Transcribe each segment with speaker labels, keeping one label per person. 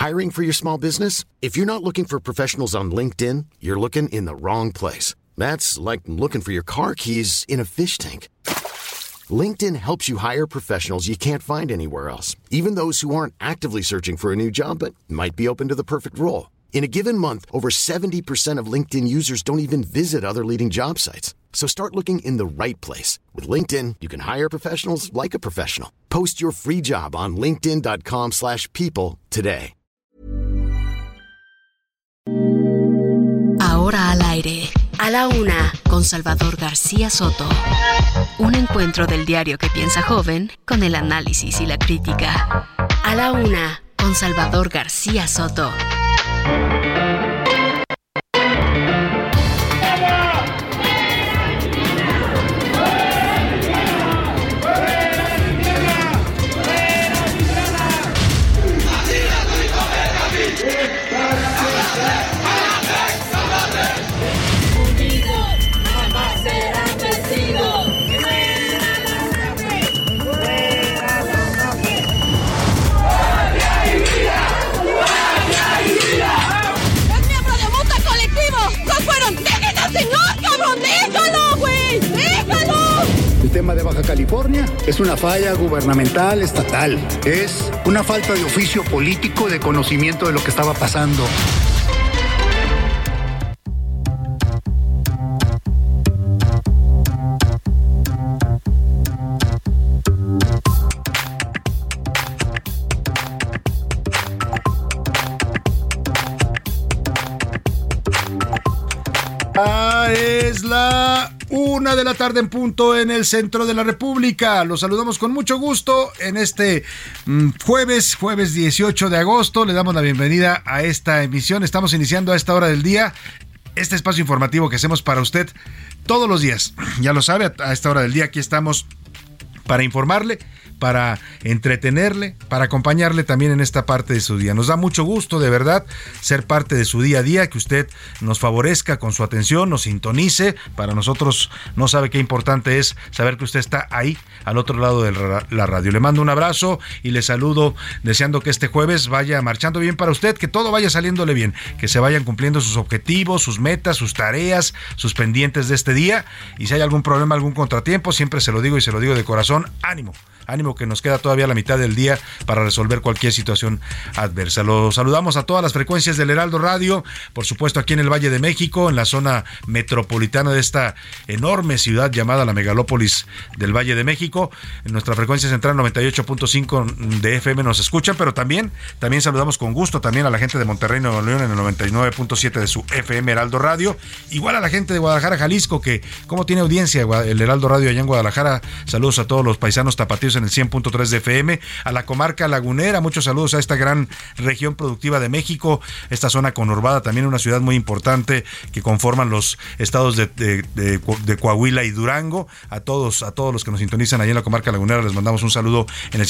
Speaker 1: Hiring for your small business? If you're not looking for professionals on LinkedIn, you're looking in the wrong place. That's like looking for your car keys in a fish tank. LinkedIn helps you hire professionals you can't find anywhere else, even those who aren't actively searching for a new job but might be open to the perfect role. In a given month, over 70% of LinkedIn users don't even visit other leading job sites. So start looking in the right place. With LinkedIn, you can hire professionals like a professional. Post your free job on linkedin.com/people today.
Speaker 2: Ahora al aire. A la una, con Salvador García Soto. Un encuentro del diario que piensa joven con el análisis y la crítica. A la una, con Salvador García Soto.
Speaker 3: El tema de Baja California es una falla gubernamental estatal. Es una falta de oficio político de conocimiento de lo que estaba pasando.
Speaker 4: Es la 1 de la tarde en punto en el centro de la República. Los saludamos con mucho gusto en este jueves 18 de agosto. Le damos la bienvenida a esta emisión. Estamos iniciando a esta hora del día este espacio informativo que hacemos para usted todos los días. Ya lo sabe, a esta hora del día aquí estamos para informarle, para entretenerle, para acompañarle también en esta parte de su día. Nos da mucho gusto, de verdad, ser parte de su día a día, que usted nos favorezca con su atención, nos sintonice. Para nosotros no sabe qué importante es saber que usted está ahí, al otro lado de la radio. Le mando un abrazo y le saludo deseando que este jueves vaya marchando bien para usted, que todo vaya saliéndole bien, que se vayan cumpliendo sus objetivos, sus metas, sus tareas, sus pendientes de este día. Y si hay algún problema, algún contratiempo, siempre se lo digo y se lo digo de corazón, ánimo. Ánimo que nos queda todavía la mitad del día para resolver cualquier situación adversa. Los saludamos a todas las frecuencias del Heraldo Radio, por supuesto aquí en el Valle de México, en la zona metropolitana de esta enorme ciudad llamada la megalópolis del Valle de México. En nuestra frecuencia central 98.5 de FM nos escuchan, pero también saludamos con gusto también a la gente de Monterrey, Nuevo León, en el 99.7 de su FM Heraldo Radio. Igual a la gente de Guadalajara, Jalisco, que como tiene audiencia el Heraldo Radio allá en Guadalajara. Saludos a todos los paisanos tapatíos en el 100.3 de FM, a la comarca lagunera, muchos saludos a esta gran región productiva de México, esta zona conurbada, también una ciudad muy importante que conforman los estados de Coahuila y Durango. A todos los que nos sintonizan ahí en la comarca lagunera les mandamos un saludo en el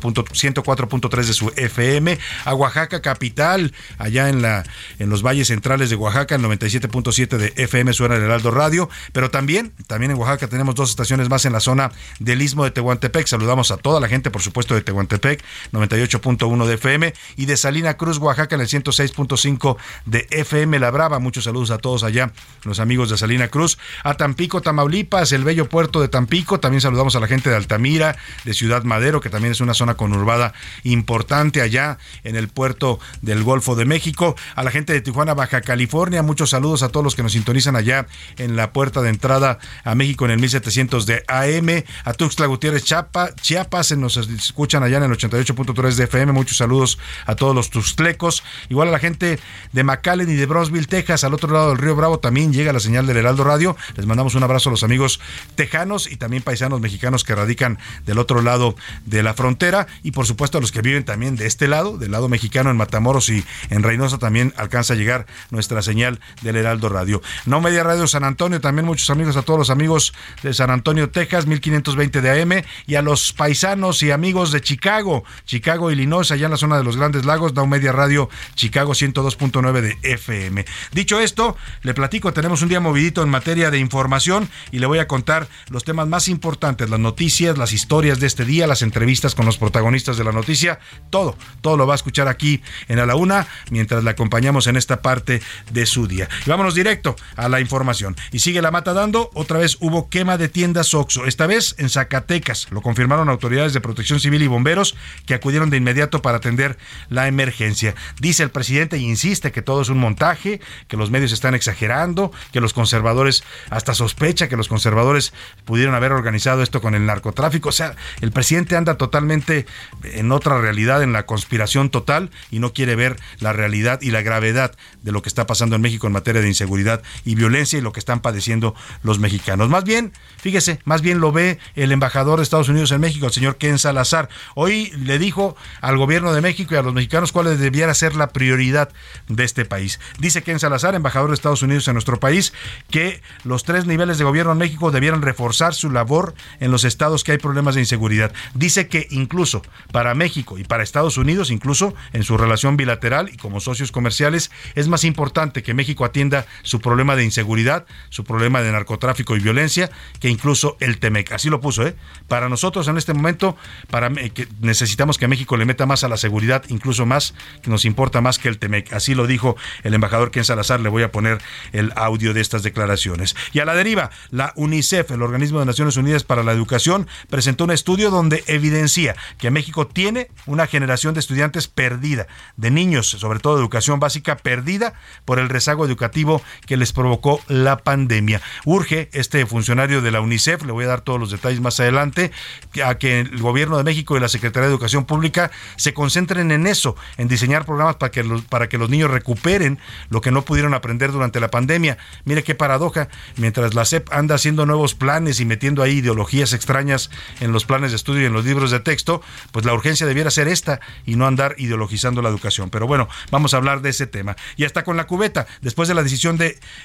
Speaker 4: 104.3 de su FM, a Oaxaca capital, allá en los valles centrales de Oaxaca, el 97.7 de FM suena el Heraldo Radio, pero también en Oaxaca tenemos dos estaciones más en la zona del Istmo de Tehuantepec. Saludamos a toda la gente, por supuesto, de Tehuantepec, 98.1 de FM, y de Salina Cruz, Oaxaca, en el 106.5 de FM La Brava. Muchos saludos a todos allá, los amigos de Salina Cruz. A Tampico, Tamaulipas, el bello puerto de Tampico. También saludamos a la gente de Altamira, de Ciudad Madero, que también es una zona conurbada importante allá en el puerto del Golfo de México. A la gente de Tijuana, Baja California. Muchos saludos a todos los que nos sintonizan allá en la puerta de entrada a México en el 1700 de AM. A Tuxtla Gutiérrez, Chiapas, nos escuchan allá en el 88.3 de FM. Muchos saludos a todos los tuxtlecos. Igual a la gente de McAllen y de Brownsville, Texas, al otro lado del río Bravo, también llega la señal del Heraldo Radio. Les mandamos un abrazo a los amigos tejanos y también paisanos mexicanos que radican del otro lado de la frontera, y por supuesto a los que viven también de este lado, del lado mexicano, en Matamoros y en Reynosa, también alcanza a llegar nuestra señal del Heraldo Radio. No Media Radio San Antonio, también muchos amigos, a todos los amigos de San Antonio, Texas, 1520 de AM, y a los Saludos, paisanos y amigos de Chicago, Illinois, allá en la zona de los Grandes Lagos, Now Media Radio, Chicago 102.9 de FM. Dicho esto, le platico, tenemos un día movidito en materia de información y le voy a contar los temas más importantes, las noticias, las historias de este día, las entrevistas con los protagonistas de la noticia, todo lo va a escuchar aquí en A la Una, mientras le acompañamos en esta parte de su día. Y vámonos directo a la información. Y sigue la mata dando, otra vez hubo quema de tiendas Oxxo, esta vez en Zacatecas. Lo confirmaron autoridades de Protección Civil y bomberos que acudieron de inmediato para atender la emergencia. Dice el presidente y insiste que todo es un montaje, que los medios están exagerando, que los conservadores, hasta sospecha que los conservadores pudieron haber organizado esto con el narcotráfico. O sea, el presidente anda totalmente en otra realidad, en la conspiración total, y no quiere ver la realidad y la gravedad de lo que está pasando en México en materia de inseguridad y violencia y lo que están padeciendo los mexicanos. Más bien, fíjese, lo ve el embajador de Estados Unidos en México, el señor Ken Salazar. Hoy le dijo al gobierno de México y a los mexicanos cuál debiera ser la prioridad de este país. Dice Ken Salazar, embajador de Estados Unidos en nuestro país, que los 3 niveles de gobierno en México debieran reforzar su labor en los estados que hay problemas de inseguridad. Dice que incluso para México y para Estados Unidos, incluso en su relación bilateral y como socios comerciales, es más importante que México atienda su problema de inseguridad, su problema de narcotráfico y violencia, que incluso el TEMEC. Así lo puso, Para nosotros en este momento, que necesitamos que México le meta más a la seguridad, incluso más, que nos importa más que el TEMEC. Así lo dijo el embajador Ken Salazar. Le voy a poner el audio de estas declaraciones. Y a la deriva, la UNICEF, el Organismo de Naciones Unidas para la Educación, presentó un estudio donde evidencia que México tiene una generación de estudiantes perdida, de niños, sobre todo de educación básica, perdida por el rezago educativo que les provocó la pandemia. Urge este funcionario de la UNICEF, le voy a dar todos los detalles más adelante, a que el gobierno de México y la Secretaría de Educación Pública se concentren en eso, en diseñar programas para que los niños recuperen lo que no pudieron aprender durante la pandemia. Mire qué paradoja, mientras la SEP anda haciendo nuevos planes y metiendo ahí ideologías extrañas en los planes de estudio y en los libros de texto, pues la urgencia debiera ser esta y no andar ideologizando la educación. Pero bueno, vamos a hablar de ese tema. Y hasta con la cubeta, después de la decisión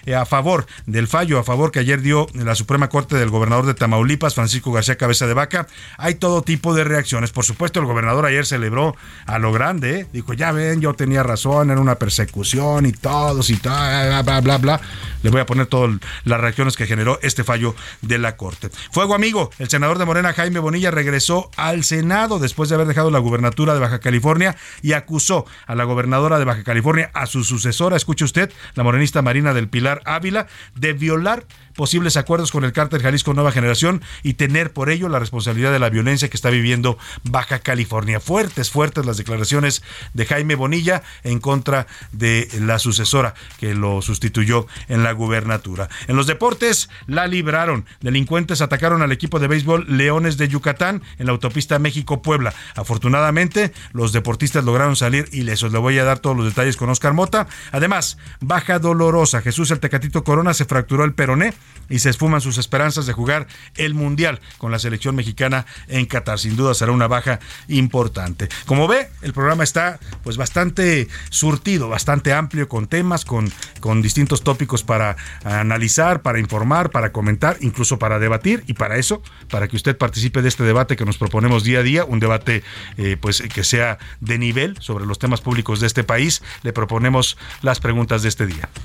Speaker 4: del fallo a favor que ayer dio la Suprema Corte del gobernador de Tamaulipas, Francisco García Cabeza de Vaca, hay todo tipo de reacciones. Por supuesto, el gobernador ayer celebró a lo grande, dijo, ya ven, yo tenía razón, era una persecución y todos y tal, bla, bla, bla. Le voy a poner todas las reacciones que generó este fallo de la Corte. Fuego amigo, el senador de Morena, Jaime Bonilla, regresó al Senado después de haber dejado la gubernatura de Baja California y acusó a la gobernadora de Baja California, a su sucesora, escuche usted, la morenista Marina del Pilar Ávila, de violar posibles acuerdos con el cártel Jalisco Nueva Generación y tener por ello la responsabilidad de la violencia que está viviendo Baja California. Fuertes las declaraciones de Jaime Bonilla en contra de la sucesora que lo sustituyó en la gubernatura. En los deportes la libraron. Delincuentes atacaron al equipo de béisbol Leones de Yucatán en la autopista México-Puebla. Afortunadamente, los deportistas lograron salir ilesos. Le voy a dar todos los detalles con Oscar Mota. Además, baja dolorosa. Jesús el Tecatito Corona se fracturó el peroné y se esfuman sus esperanzas de jugar el Mundial con la selección mexicana en Qatar. Sin duda será una baja importante. Como ve, el programa está pues bastante surtido, bastante amplio, con temas, con distintos tópicos para analizar, para informar, para comentar, incluso para debatir, y para eso, para que usted participe de este debate que nos proponemos día a día, un debate pues que sea de nivel sobre los temas públicos de este país, le proponemos las preguntas de este día.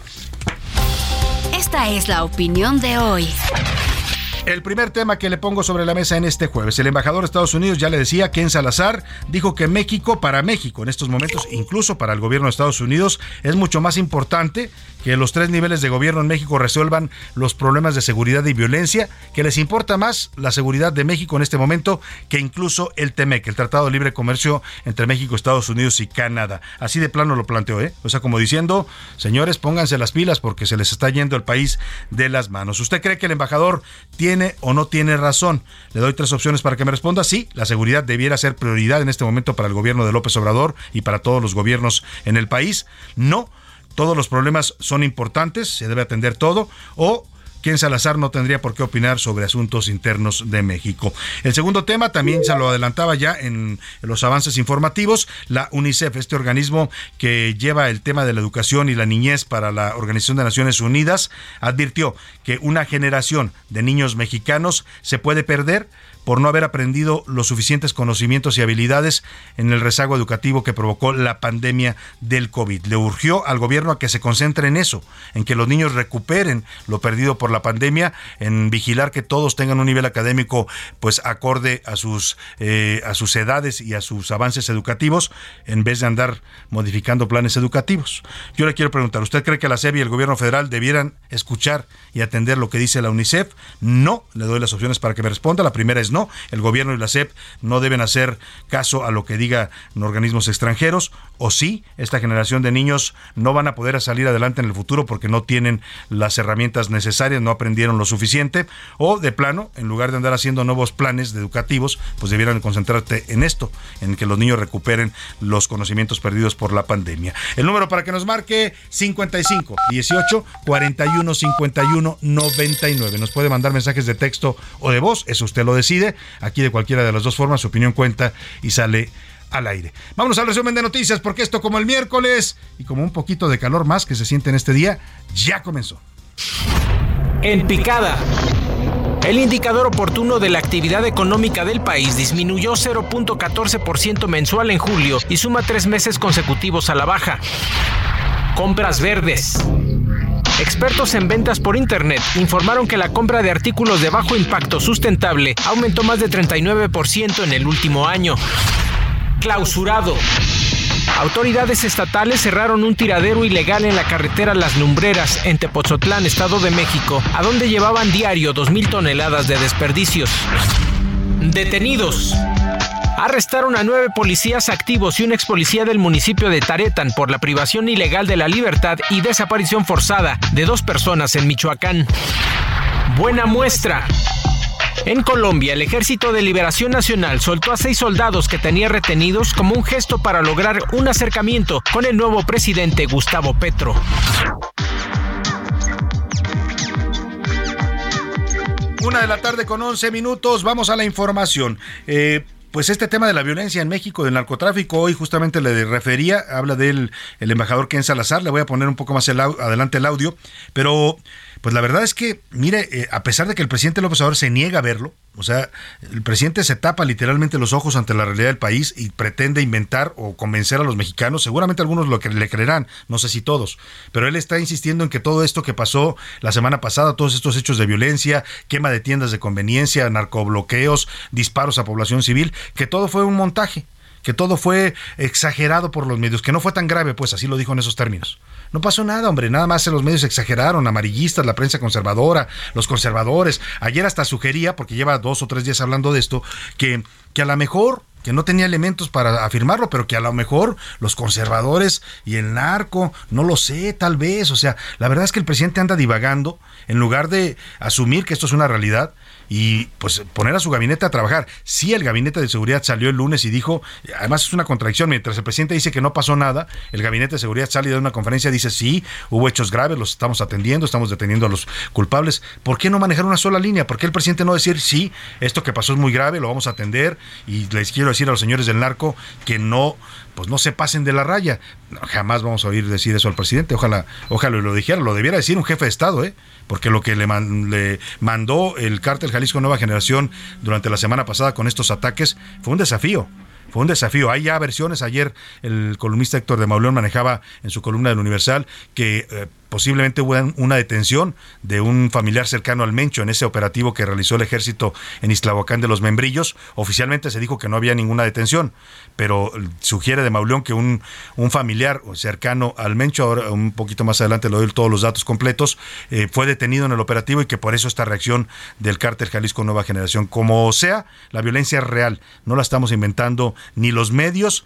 Speaker 2: Esta es la opinión de hoy.
Speaker 4: El primer tema que le pongo sobre la mesa en este jueves, el embajador de Estados Unidos, ya le decía, Ken Salazar, dijo que para México en estos momentos, incluso para el gobierno de Estados Unidos, es mucho más importante que los 3 niveles de gobierno en México resuelvan los problemas de seguridad y violencia, que les importa más la seguridad de México en este momento que incluso el TEMEC, el Tratado de Libre Comercio entre México, Estados Unidos y Canadá. Así de plano lo planteó, O sea, como diciendo, señores, pónganse las pilas porque se les está yendo el país de las manos. ¿Usted cree que el embajador tiene o no tiene razón? Le doy 3 opciones para que me responda. Sí, la seguridad debiera ser prioridad en este momento para el gobierno de López Obrador y para todos los gobiernos en el país. No, todos los problemas son importantes, se debe atender todo. O Ken Salazar no tendría por qué opinar sobre asuntos internos de México. El segundo tema, también se lo adelantaba ya en los avances informativos, la UNICEF, este organismo que lleva el tema de la educación y la niñez para la Organización de Naciones Unidas, advirtió que una generación de niños mexicanos se puede perder por no haber aprendido los suficientes conocimientos y habilidades en el rezago educativo que provocó la pandemia del COVID. Le urgió al gobierno a que se concentre en eso, en que los niños recuperen lo perdido por la pandemia, en vigilar que todos tengan un nivel académico pues acorde a sus edades y a sus avances educativos, en vez de andar modificando planes educativos. Yo le quiero preguntar, ¿usted cree que la SEP y el gobierno federal debieran escuchar y atender lo que dice la UNICEF? No, le doy las opciones para que me responda. La primera es no, el gobierno y la SEP no deben hacer caso a lo que digan organismos extranjeros, o sí, esta generación de niños no van a poder salir adelante en el futuro porque no tienen las herramientas necesarias, no aprendieron lo suficiente, o de plano, en lugar de andar haciendo nuevos planes educativos, pues debieran concentrarte en esto, en que los niños recuperen los conocimientos perdidos por la pandemia. El número para que nos marque, 55 18 41 51 99. Nos puede mandar mensajes de texto o de voz, eso usted lo decide. Aquí de cualquiera de las dos formas, su opinión cuenta y sale al aire. Vámonos al resumen de noticias, porque esto, como el miércoles y como un poquito de calor más que se siente en este día, ya comenzó.
Speaker 5: En picada. El indicador oportuno de la actividad económica del país disminuyó 0.14% mensual en julio y suma 3 meses consecutivos a la baja. Compras verdes. Expertos en ventas por Internet informaron que la compra de artículos de bajo impacto sustentable aumentó más de 39% en el último año. Clausurado. Autoridades estatales cerraron un tiradero ilegal en la carretera Las Lumbreras, en Tepoztlán, Estado de México, a donde llevaban diario 2,000 toneladas de desperdicios. Detenidos. Arrestaron a 9 policías activos y un expolicía del municipio de Taretán por la privación ilegal de la libertad y desaparición forzada de 2 personas en Michoacán. Buena muestra. En Colombia, el Ejército de Liberación Nacional soltó a 6 soldados que tenía retenidos como un gesto para lograr un acercamiento con el nuevo presidente Gustavo Petro.
Speaker 4: Una de la tarde con 11 minutos, vamos a la información. Pues este tema de la violencia en México, del narcotráfico, hoy justamente le refería, habla del embajador Ken Salazar. Le voy a poner un poco más adelante el audio, pero pues la verdad es que, mire, a pesar de que el presidente López Obrador se niega a verlo, o sea, el presidente se tapa literalmente los ojos ante la realidad del país y pretende inventar o convencer a los mexicanos. Seguramente algunos le creerán, no sé si todos, pero él está insistiendo en que todo esto que pasó la semana pasada, todos estos hechos de violencia, quema de tiendas de conveniencia, narcobloqueos, disparos a población civil, que todo fue un montaje, que todo fue exagerado por los medios, que no fue tan grave, pues así lo dijo en esos términos. No pasó nada, hombre, nada más los medios exageraron, amarillistas, la prensa conservadora, los conservadores. Ayer hasta sugería, porque lleva 2 o 3 días hablando de esto, que a lo mejor, que no tenía elementos para afirmarlo, pero que a lo mejor los conservadores y el narco, no lo sé, tal vez. O sea, la verdad es que el presidente anda divagando en lugar de asumir que esto es una realidad y pues poner a su gabinete a trabajar. Sí, el gabinete de seguridad salió el lunes y dijo, además es una contradicción, mientras el presidente dice que no pasó nada, el gabinete de seguridad sale de una conferencia y dice, sí, hubo hechos graves, los estamos atendiendo, estamos deteniendo a los culpables. ¿Por qué no manejar una sola línea? ¿Por qué el presidente no decir, sí, esto que pasó es muy grave, lo vamos a atender, y les quiero decir a los señores del narco que no, pues no se pasen de la raya? No, jamás vamos a oír decir eso al presidente. Ojalá lo dijera, lo debiera decir un jefe de Estado, porque lo que le mandó el cártel Jalisco Nueva Generación durante la semana pasada con estos ataques fue un desafío. Fue un desafío. Hay ya versiones. Ayer el columnista Héctor de Mauleón manejaba en su columna del Universal que posiblemente hubo una detención de un familiar cercano al Mencho en ese operativo que realizó el ejército en Ixtlahuacán de los Membrillos. Oficialmente se dijo que no había ninguna detención, pero sugiere de Mauleón que un familiar cercano al Mencho, ahora un poquito más adelante le doy todos los datos completos, fue detenido en el operativo y que por eso esta reacción del cártel Jalisco Nueva Generación. Como sea, la violencia es real, no la estamos inventando ni los medios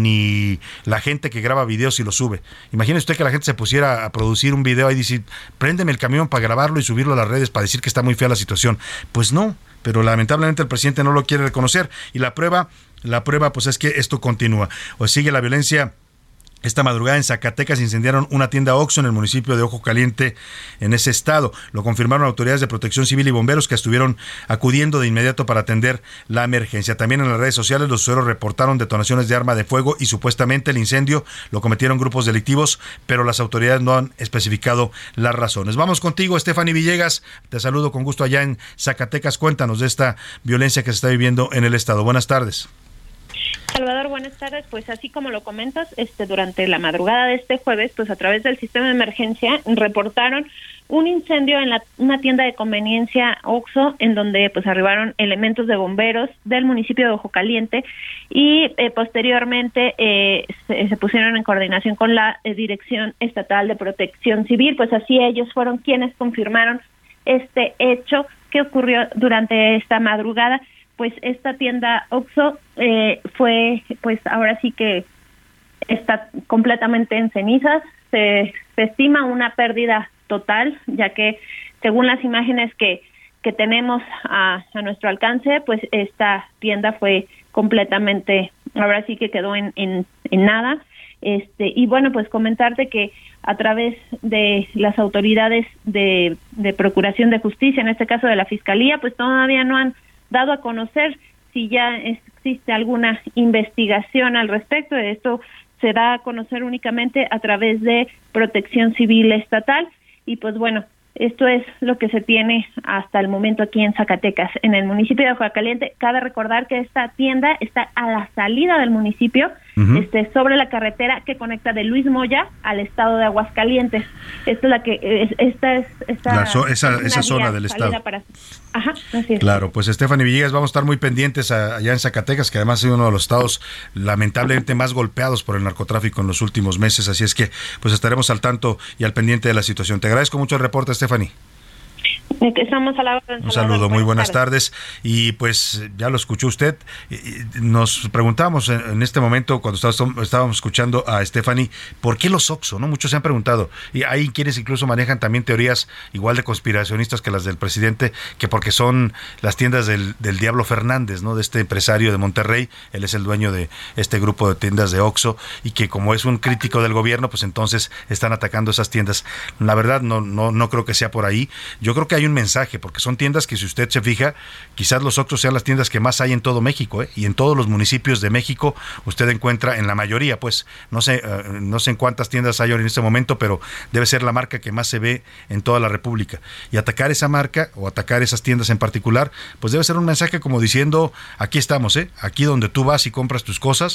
Speaker 4: ni la gente que graba videos y los sube. Imagine usted que la gente se pusiera a producir un video y dice, préndeme el camión para grabarlo y subirlo a las redes para decir que está muy fea la situación. Pues no, pero lamentablemente el presidente no lo quiere reconocer, y la prueba pues es que esto continúa, o sigue la violencia Esta madrugada en Zacatecas incendiaron una tienda Oxxo en el municipio de Ojo Caliente, en ese estado. Lo confirmaron autoridades de Protección Civil y bomberos que estuvieron acudiendo de inmediato para atender la emergencia. También en las redes sociales los usuarios reportaron detonaciones de arma de fuego y supuestamente el incendio lo cometieron grupos delictivos, pero las autoridades no han especificado las razones. Vamos contigo, Stephanie Villegas. Te saludo con gusto allá en Zacatecas. Cuéntanos de esta violencia que se está viviendo en el estado. Buenas tardes.
Speaker 6: Salvador, buenas tardes. Pues así como lo comentas, durante la madrugada de este jueves, pues a través del sistema de emergencia reportaron un incendio en una tienda de conveniencia Oxxo, en donde pues arribaron elementos de bomberos del municipio de Ojo Caliente y posteriormente se pusieron en coordinación con la Dirección Estatal de Protección Civil. Pues así ellos fueron quienes confirmaron este hecho que ocurrió durante esta madrugada. Pues esta tienda Oxxo fue, pues ahora sí que está completamente en cenizas. Se estima una pérdida total, ya que según las imágenes que tenemos a nuestro alcance, pues esta tienda fue completamente, ahora sí que quedó en nada. Y bueno, pues comentarte que a través de las autoridades de Procuración de Justicia, en este caso de la Fiscalía, pues todavía no han dado a conocer si ya existe alguna investigación al respecto. Esto se da a conocer únicamente a través de Protección Civil Estatal y pues bueno, esto es lo que se tiene hasta el momento aquí en Zacatecas, en el municipio de Ojo Caliente. Cabe recordar que esta tienda está a la salida del municipio, sobre la carretera que conecta de Luis Moya al estado de Aguascalientes. Esta es
Speaker 4: esa zona del estado.
Speaker 6: Ajá, así es.
Speaker 4: Claro, pues Stephanie Villegas, vamos a estar muy pendientes allá en Zacatecas, que además ha sido uno de los estados lamentablemente más golpeados por el narcotráfico en los últimos meses, así es que pues estaremos al tanto y al pendiente de la situación. Te agradezco mucho el reporte, Stephanie.
Speaker 6: Estamos a la orden.
Speaker 4: Un saludo, muy buenas tardes. Y pues ya lo escuchó usted. Nos preguntamos en este momento, cuando estábamos escuchando a Stephanie, ¿por qué los Oxxo? ¿No? Muchos se han preguntado. Y hay quienes incluso manejan también teorías igual de conspiracionistas que las del presidente, que porque son las tiendas del Diablo Fernández, ¿no? De este empresario de Monterrey. Él es el dueño de este grupo de tiendas de Oxxo y que como es un crítico del gobierno, pues entonces están atacando esas tiendas. La verdad no creo que sea por ahí. Yo creo que hay un mensaje, porque son tiendas que, si usted se fija, quizás los Oxxos sean las tiendas que más hay en todo México, y en todos los municipios de México usted encuentra, en la mayoría, pues no sé en cuántas tiendas hay en este momento, pero debe ser la marca que más se ve en toda la República, y atacar esa marca o atacar esas tiendas en particular, pues debe ser un mensaje como diciendo, aquí estamos, aquí donde tú vas y compras tus cosas.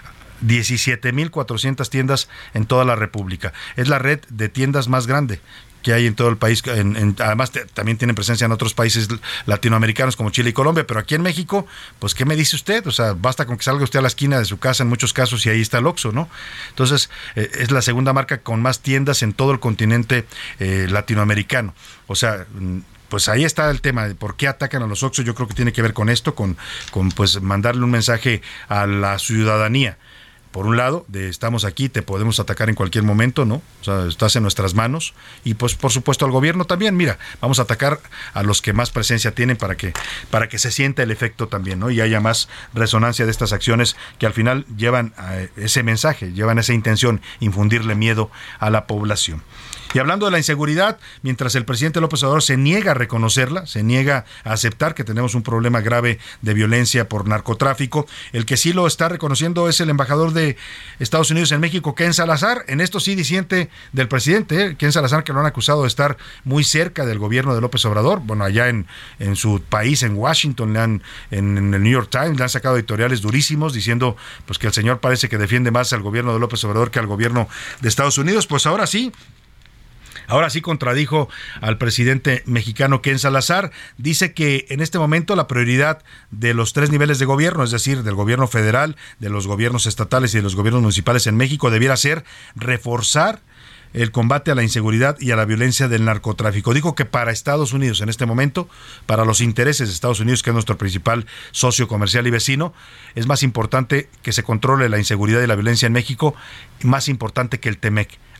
Speaker 4: 17,400 tiendas en toda la República. Es la red de tiendas más grande que hay en todo el país. Además también tienen presencia en otros países latinoamericanos como Chile y Colombia, pero aquí en México, pues ¿qué me dice usted? O sea, basta con que salga usted a la esquina de su casa en muchos casos y ahí está el Oxxo, ¿no? Entonces, es la segunda marca con más tiendas en todo el continente latinoamericano. O sea, pues ahí está el tema de por qué atacan a los Oxxo. Yo creo que tiene que ver con esto, con pues mandarle un mensaje a la ciudadanía. Por un lado, estamos aquí, te podemos atacar en cualquier momento, ¿no? O sea, estás en nuestras manos. Y pues, por supuesto, al gobierno también. Mira, vamos a atacar a los que más presencia tienen para que se sienta el efecto también, ¿no? Y haya más resonancia de estas acciones que al final llevan a ese mensaje, llevan esa intención, infundirle miedo a la población. Y hablando de la inseguridad, mientras el presidente López Obrador se niega a reconocerla, se niega a aceptar que tenemos un problema grave de violencia por narcotráfico, el que sí lo está reconociendo es el embajador de Estados Unidos en México, Ken Salazar. En esto sí disiente del presidente, Ken Salazar, que lo han acusado de estar muy cerca del gobierno de López Obrador. Bueno, allá en su país, en Washington, en el New York Times, le han sacado editoriales durísimos diciendo pues que el señor parece que defiende más al gobierno de López Obrador que al gobierno de Estados Unidos. Pues ahora sí contradijo al presidente mexicano Ken Salazar. Dice que en este momento la prioridad de los 3 niveles de gobierno, es decir, del gobierno federal, de los gobiernos estatales y de los gobiernos municipales en México, debiera ser reforzar el combate a la inseguridad y a la violencia del narcotráfico. Dijo que para Estados Unidos en este momento, para los intereses de Estados Unidos, que es nuestro principal socio comercial y vecino, es más importante que se controle la inseguridad y la violencia en México, más importante que el TEMEC.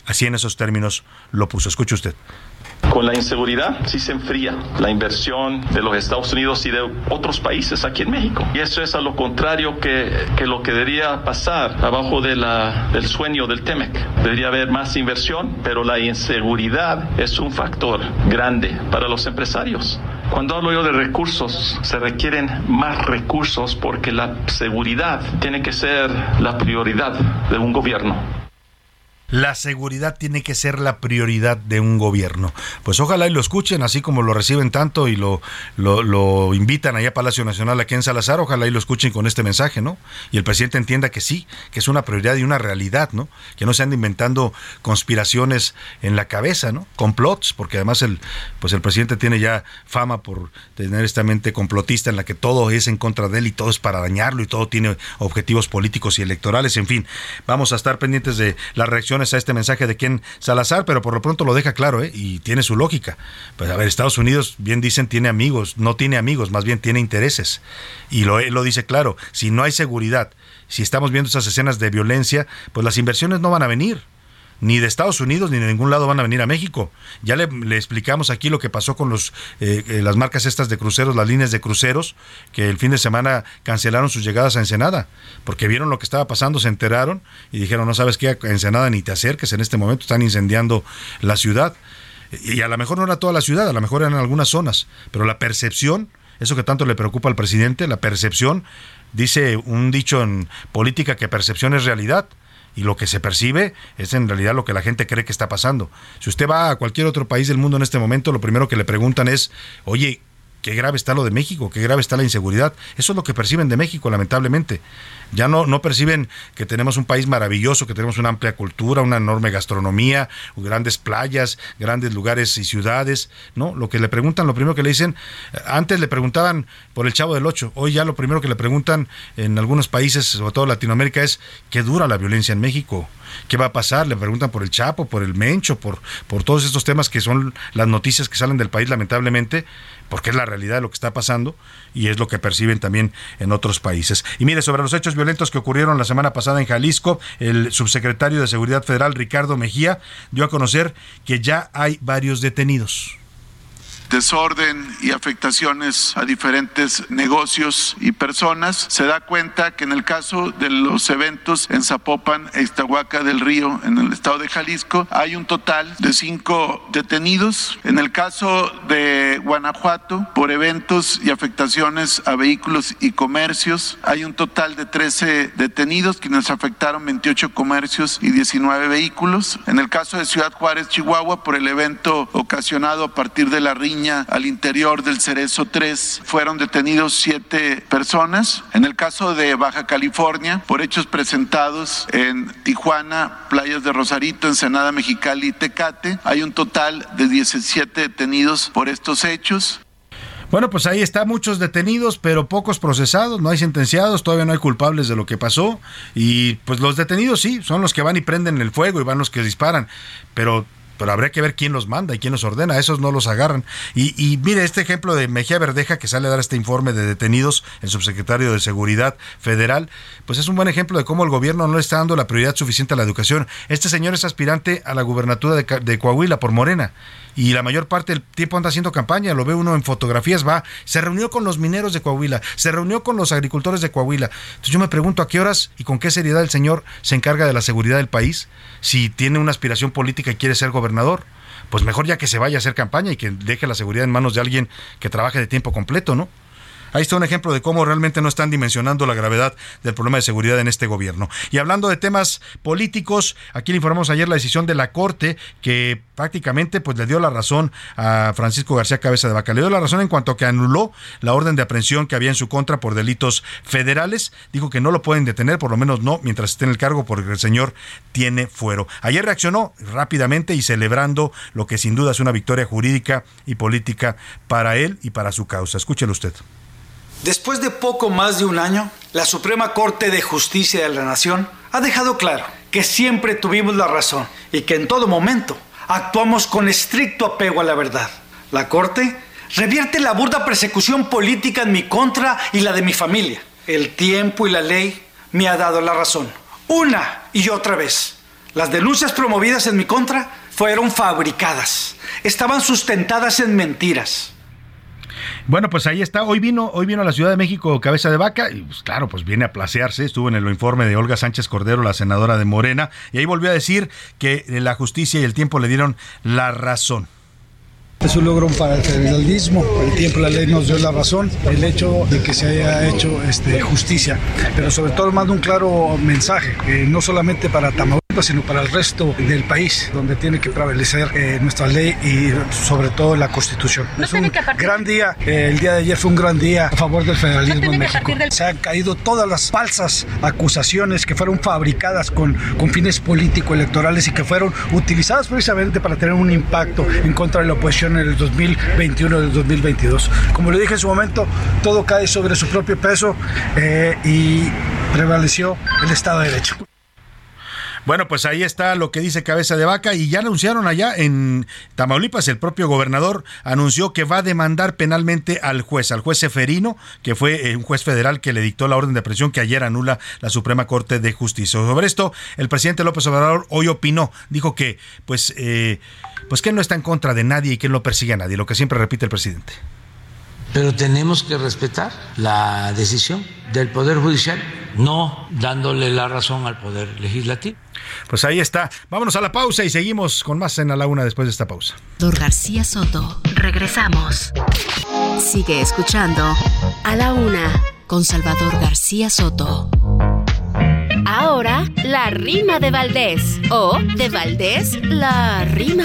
Speaker 4: Así en esos términos lo puso. Escuche usted.
Speaker 7: Con la inseguridad sí se enfría la inversión de los Estados Unidos y de otros países aquí en México. Y eso es a lo contrario que lo que debería pasar abajo del sueño del TEMEC. Debería haber más inversión, pero la inseguridad es un factor grande para los empresarios. Cuando hablo yo de recursos, se requieren más recursos porque la seguridad tiene que ser la prioridad de un gobierno.
Speaker 4: La seguridad tiene que ser la prioridad de un gobierno. Pues ojalá y lo escuchen, así como lo reciben tanto y lo invitan allá a Palacio Nacional aquí en Salazar, ojalá y lo escuchen con este mensaje, ¿no? Y el presidente entienda que sí, que es una prioridad y una realidad, ¿no? Que no se ande inventando conspiraciones en la cabeza, ¿no? Complots, porque además el presidente tiene ya fama por tener esta mente complotista en la que todo es en contra de él y todo es para dañarlo y todo tiene objetivos políticos y electorales, en fin. Vamos a estar pendientes de las reacciones a este mensaje de Ken Salazar, pero por lo pronto lo deja claro, y tiene su lógica. Pues a ver, Estados Unidos, bien dicen, tiene amigos, no tiene amigos, más bien tiene intereses. Y él lo dice claro, si no hay seguridad, si estamos viendo esas escenas de violencia, pues las inversiones no van a venir. Ni de Estados Unidos ni de ningún lado van a venir a México. Ya le explicamos aquí lo que pasó con las marcas estas de cruceros, las líneas de cruceros, que el fin de semana cancelaron sus llegadas a Ensenada, porque vieron lo que estaba pasando, se enteraron y dijeron, no sabes qué, a Ensenada ni te acerques, en este momento están incendiando la ciudad. Y a lo mejor no era toda la ciudad, a lo mejor eran algunas zonas, pero la percepción, eso que tanto le preocupa al presidente, la percepción, dice un dicho en política que percepción es realidad. Y lo que se percibe es en realidad lo que la gente cree que está pasando. Si usted va a cualquier otro país del mundo en este momento, lo primero que le preguntan es, oye, qué grave está lo de México, qué grave está la inseguridad. Eso es lo que perciben de México, lamentablemente. Ya no perciben que tenemos un país maravilloso, que tenemos una amplia cultura, una enorme gastronomía, grandes playas, grandes lugares y ciudades, ¿no? Lo que le preguntan, lo primero que le dicen, antes le preguntaban por el Chavo del Ocho, hoy ya lo primero que le preguntan en algunos países, sobre todo Latinoamérica, es ¿qué dura la violencia en México? ¿Qué va a pasar? Le preguntan por el Chapo, por el Mencho, por todos estos temas que son las noticias que salen del país, lamentablemente, porque es la realidad de lo que está pasando y es lo que perciben también en otros países. Y mire, sobre los hechos violentos que ocurrieron la semana pasada en Jalisco, el subsecretario de Seguridad Federal, Ricardo Mejía, dio a conocer que ya hay varios detenidos.
Speaker 8: Desorden y afectaciones a diferentes negocios y personas. Se da cuenta que en el caso de los eventos en Zapopan e Ixtahuaca del Río, en el estado de Jalisco, hay un total de 5 detenidos. En el caso de Guanajuato, por eventos y afectaciones a vehículos y comercios, hay un total de 13 detenidos, quienes afectaron 28 comercios y 19 vehículos. En el caso de Ciudad Juárez, Chihuahua, por el evento ocasionado a partir de la riña al interior del Cerezo 3, fueron detenidos 7 personas. En el caso de Baja California, por hechos presentados en Tijuana, playas de Rosarito, Ensenada, Mexicali y Tecate, hay un total de 17 detenidos por estos hechos.
Speaker 4: Bueno, pues ahí está, muchos detenidos, pero pocos procesados, no hay sentenciados, todavía no hay culpables de lo que pasó. Y pues los detenidos sí, son los que van y prenden el fuego y van los que disparan, pero habría que ver quién los manda y quién los ordena, esos no los agarran. Y mire, este ejemplo de Mejía Verdeja, que sale a dar este informe de detenidos, el subsecretario de Seguridad Federal, pues es un buen ejemplo de cómo el gobierno no le está dando la prioridad suficiente a la educación. Este señor es aspirante a la gubernatura de Coahuila por Morena, y la mayor parte del tiempo anda haciendo campaña, lo ve uno en fotografías, se reunió con los mineros de Coahuila, se reunió con los agricultores de Coahuila. Entonces yo me pregunto a qué horas y con qué seriedad el señor se encarga de la seguridad del país, si tiene una aspiración política y quiere ser gobernador. Pues mejor ya que se vaya a hacer campaña y que deje la seguridad en manos de alguien que trabaje de tiempo completo, ¿no? Ahí está un ejemplo de cómo realmente no están dimensionando la gravedad del problema de seguridad en este gobierno. Y hablando de temas políticos, aquí le informamos ayer la decisión de la Corte que prácticamente pues le dio la razón a Francisco García Cabeza de Vaca. Le dio la razón en cuanto a que anuló la orden de aprehensión que había en su contra por delitos federales. Dijo que no lo pueden detener, por lo menos no mientras esté en el cargo, porque el señor tiene fuero. Ayer reaccionó rápidamente y celebrando lo que sin duda es una victoria jurídica y política para él y para su causa. Escúchelo usted.
Speaker 9: Después de poco más de un año, la Suprema Corte de Justicia de la Nación ha dejado claro que siempre tuvimos la razón y que en todo momento actuamos con estricto apego a la verdad. La Corte revierte la burda persecución política en mi contra y la de mi familia. El tiempo y la ley me ha dado la razón, una y otra vez. Las denuncias promovidas en mi contra fueron fabricadas, estaban sustentadas en mentiras.
Speaker 4: Bueno, pues ahí está. Hoy vino a la Ciudad de México Cabeza de Vaca y pues claro, pues viene a placearse. Estuvo en el informe de Olga Sánchez Cordero, la senadora de Morena, y ahí volvió a decir que la justicia y el tiempo le dieron la razón.
Speaker 10: Es un logro para el federalismo, el tiempo, la ley nos dio la razón, el hecho de que se haya hecho justicia, pero sobre todo manda un claro mensaje, no solamente para Tamaulipas, sino para el resto del país, donde tiene que prevalecer nuestra ley y sobre todo la Constitución. Es un gran día, el día de ayer fue un gran día a favor del federalismo en México. Se han caído todas las falsas acusaciones que fueron fabricadas con fines político-electorales y que fueron utilizadas precisamente para tener un impacto en contra de la oposición en el 2021 y el 2022. Como le dije en su momento, todo cae sobre su propio peso y prevaleció el Estado de Derecho.
Speaker 4: Bueno, pues ahí está lo que dice Cabeza de Vaca y ya anunciaron allá en Tamaulipas, el propio gobernador anunció que va a demandar penalmente al juez Seferino, que fue un juez federal que le dictó la orden de aprehensión que ayer anula la Suprema Corte de Justicia. Sobre esto, el presidente López Obrador hoy opinó, dijo que pues que él no está en contra de nadie y que él no persigue a nadie, lo que siempre repite el presidente.
Speaker 11: Pero tenemos que respetar la decisión del Poder Judicial, no dándole la razón al Poder Legislativo.
Speaker 4: Pues ahí está. Vámonos a la pausa y seguimos con más en A la Una después de esta pausa.
Speaker 2: García Soto. Regresamos. Sigue escuchando A la Una con Salvador García Soto. Ahora, la rima de Valdés. O de Valdés, la rima.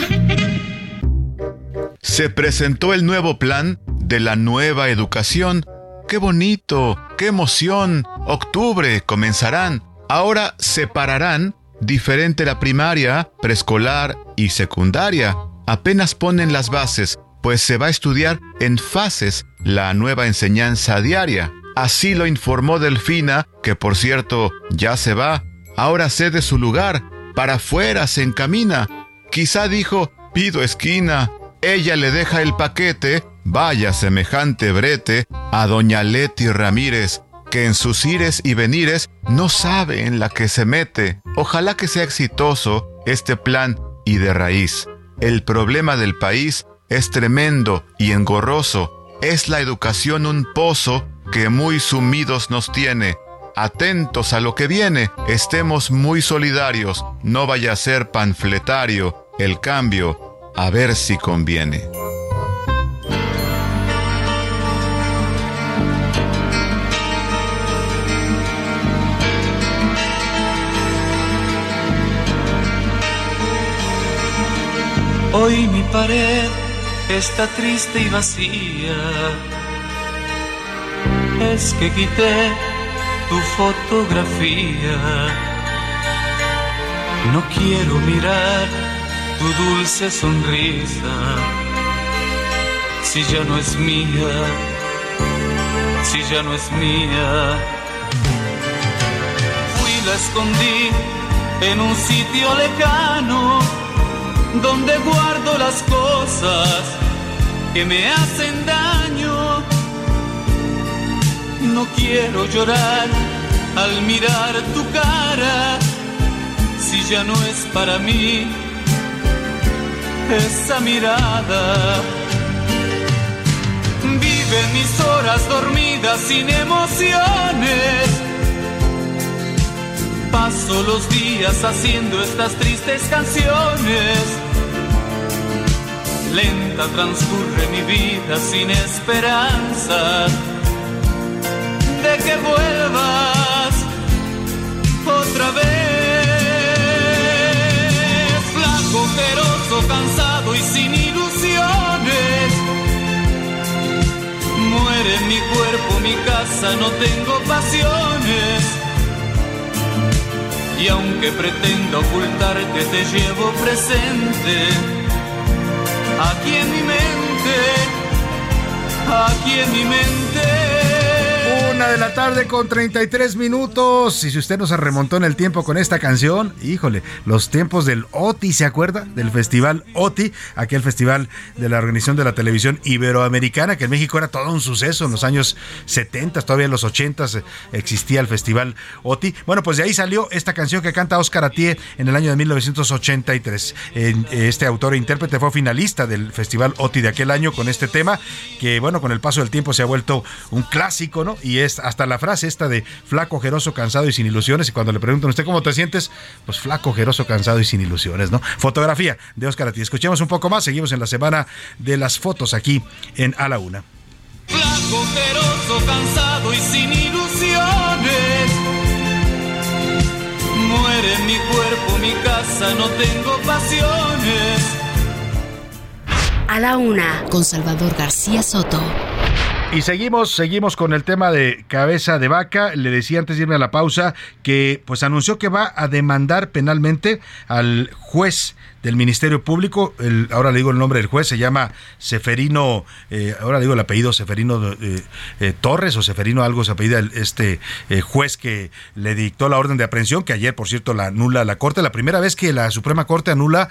Speaker 12: Se presentó el nuevo plan de la nueva educación. ¡Qué bonito! ¡Qué emoción! Octubre comenzarán. Ahora separarán diferente la primaria, preescolar y secundaria. Apenas ponen las bases, pues se va a estudiar en fases la nueva enseñanza diaria. Así lo informó Delfina, que por cierto ya se va. Ahora cede su lugar, para afuera se encamina. Quizá dijo, pido esquina. Ella le deja el paquete, vaya semejante brete, a doña Leti Ramírez, que en sus ires y venires no sabe en la que se mete. Ojalá que sea exitoso este plan y de raíz. El problema del país es tremendo y engorroso. Es la educación un pozo que muy sumidos nos tiene. Atentos a lo que viene, estemos muy solidarios, no vaya a ser panfletario el cambio, a ver si conviene.
Speaker 13: Hoy mi pared está triste y vacía. Es que quité tu fotografía. No quiero mirar tu dulce sonrisa, si ya no es mía, si ya no es mía. Fui, la escondí en un sitio lejano, donde guardo las cosas que me hacen daño. No quiero llorar al mirar tu cara, si ya no es para mí esa mirada. Vive mis horas dormidas sin emociones. Paso los días haciendo estas tristes canciones. Lenta transcurre mi vida sin esperanza de que vuelvas otra vez. Flaco, ojeroso, cansado y sin ilusiones. Muere mi cuerpo, mi casa, no tengo pasiones. Y aunque pretendo ocultarte, te llevo presente. Aquí en mi mente, aquí en mi mente.
Speaker 4: 1:33 a.m. Y si usted no se remontó en el tiempo con esta canción, híjole, los tiempos del OTI, ¿se acuerda? Del festival OTI, aquel festival de la Organización de la Televisión Iberoamericana, que en México era todo un suceso en los años 70, todavía en los 80 existía el festival OTI. Bueno, pues de ahí salió esta canción que canta Óscar Atié en el año de 1983. Este autor e intérprete fue finalista del festival OTI de aquel año con este tema, que bueno, con el paso del tiempo se ha vuelto un clásico, ¿no? Y es hasta la frase esta de flaco, ojeroso, cansado y sin ilusiones. Y cuando le preguntan a usted cómo te sientes, pues flaco, ojeroso, cansado y sin ilusiones, ¿no? Fotografía de Óscar Atié. Escuchemos un poco más. Seguimos en la semana de las fotos aquí en A la Una.
Speaker 13: Flaco, ojeroso, cansado y sin ilusiones. Muere mi cuerpo, mi casa, no tengo pasiones.
Speaker 2: A la Una, con Salvador García Soto.
Speaker 4: Y seguimos con el tema de Cabeza de Vaca. Le decía antes de irme a la pausa que pues anunció que va a demandar penalmente al juez del Ministerio Público. Ahora le digo el nombre del juez, se llama Seferino, ahora le digo el apellido, Seferino Torres o Seferino algo se apellida este juez que le dictó la orden de aprehensión, que ayer, por cierto, la anula la Corte. La primera vez que la Suprema Corte anula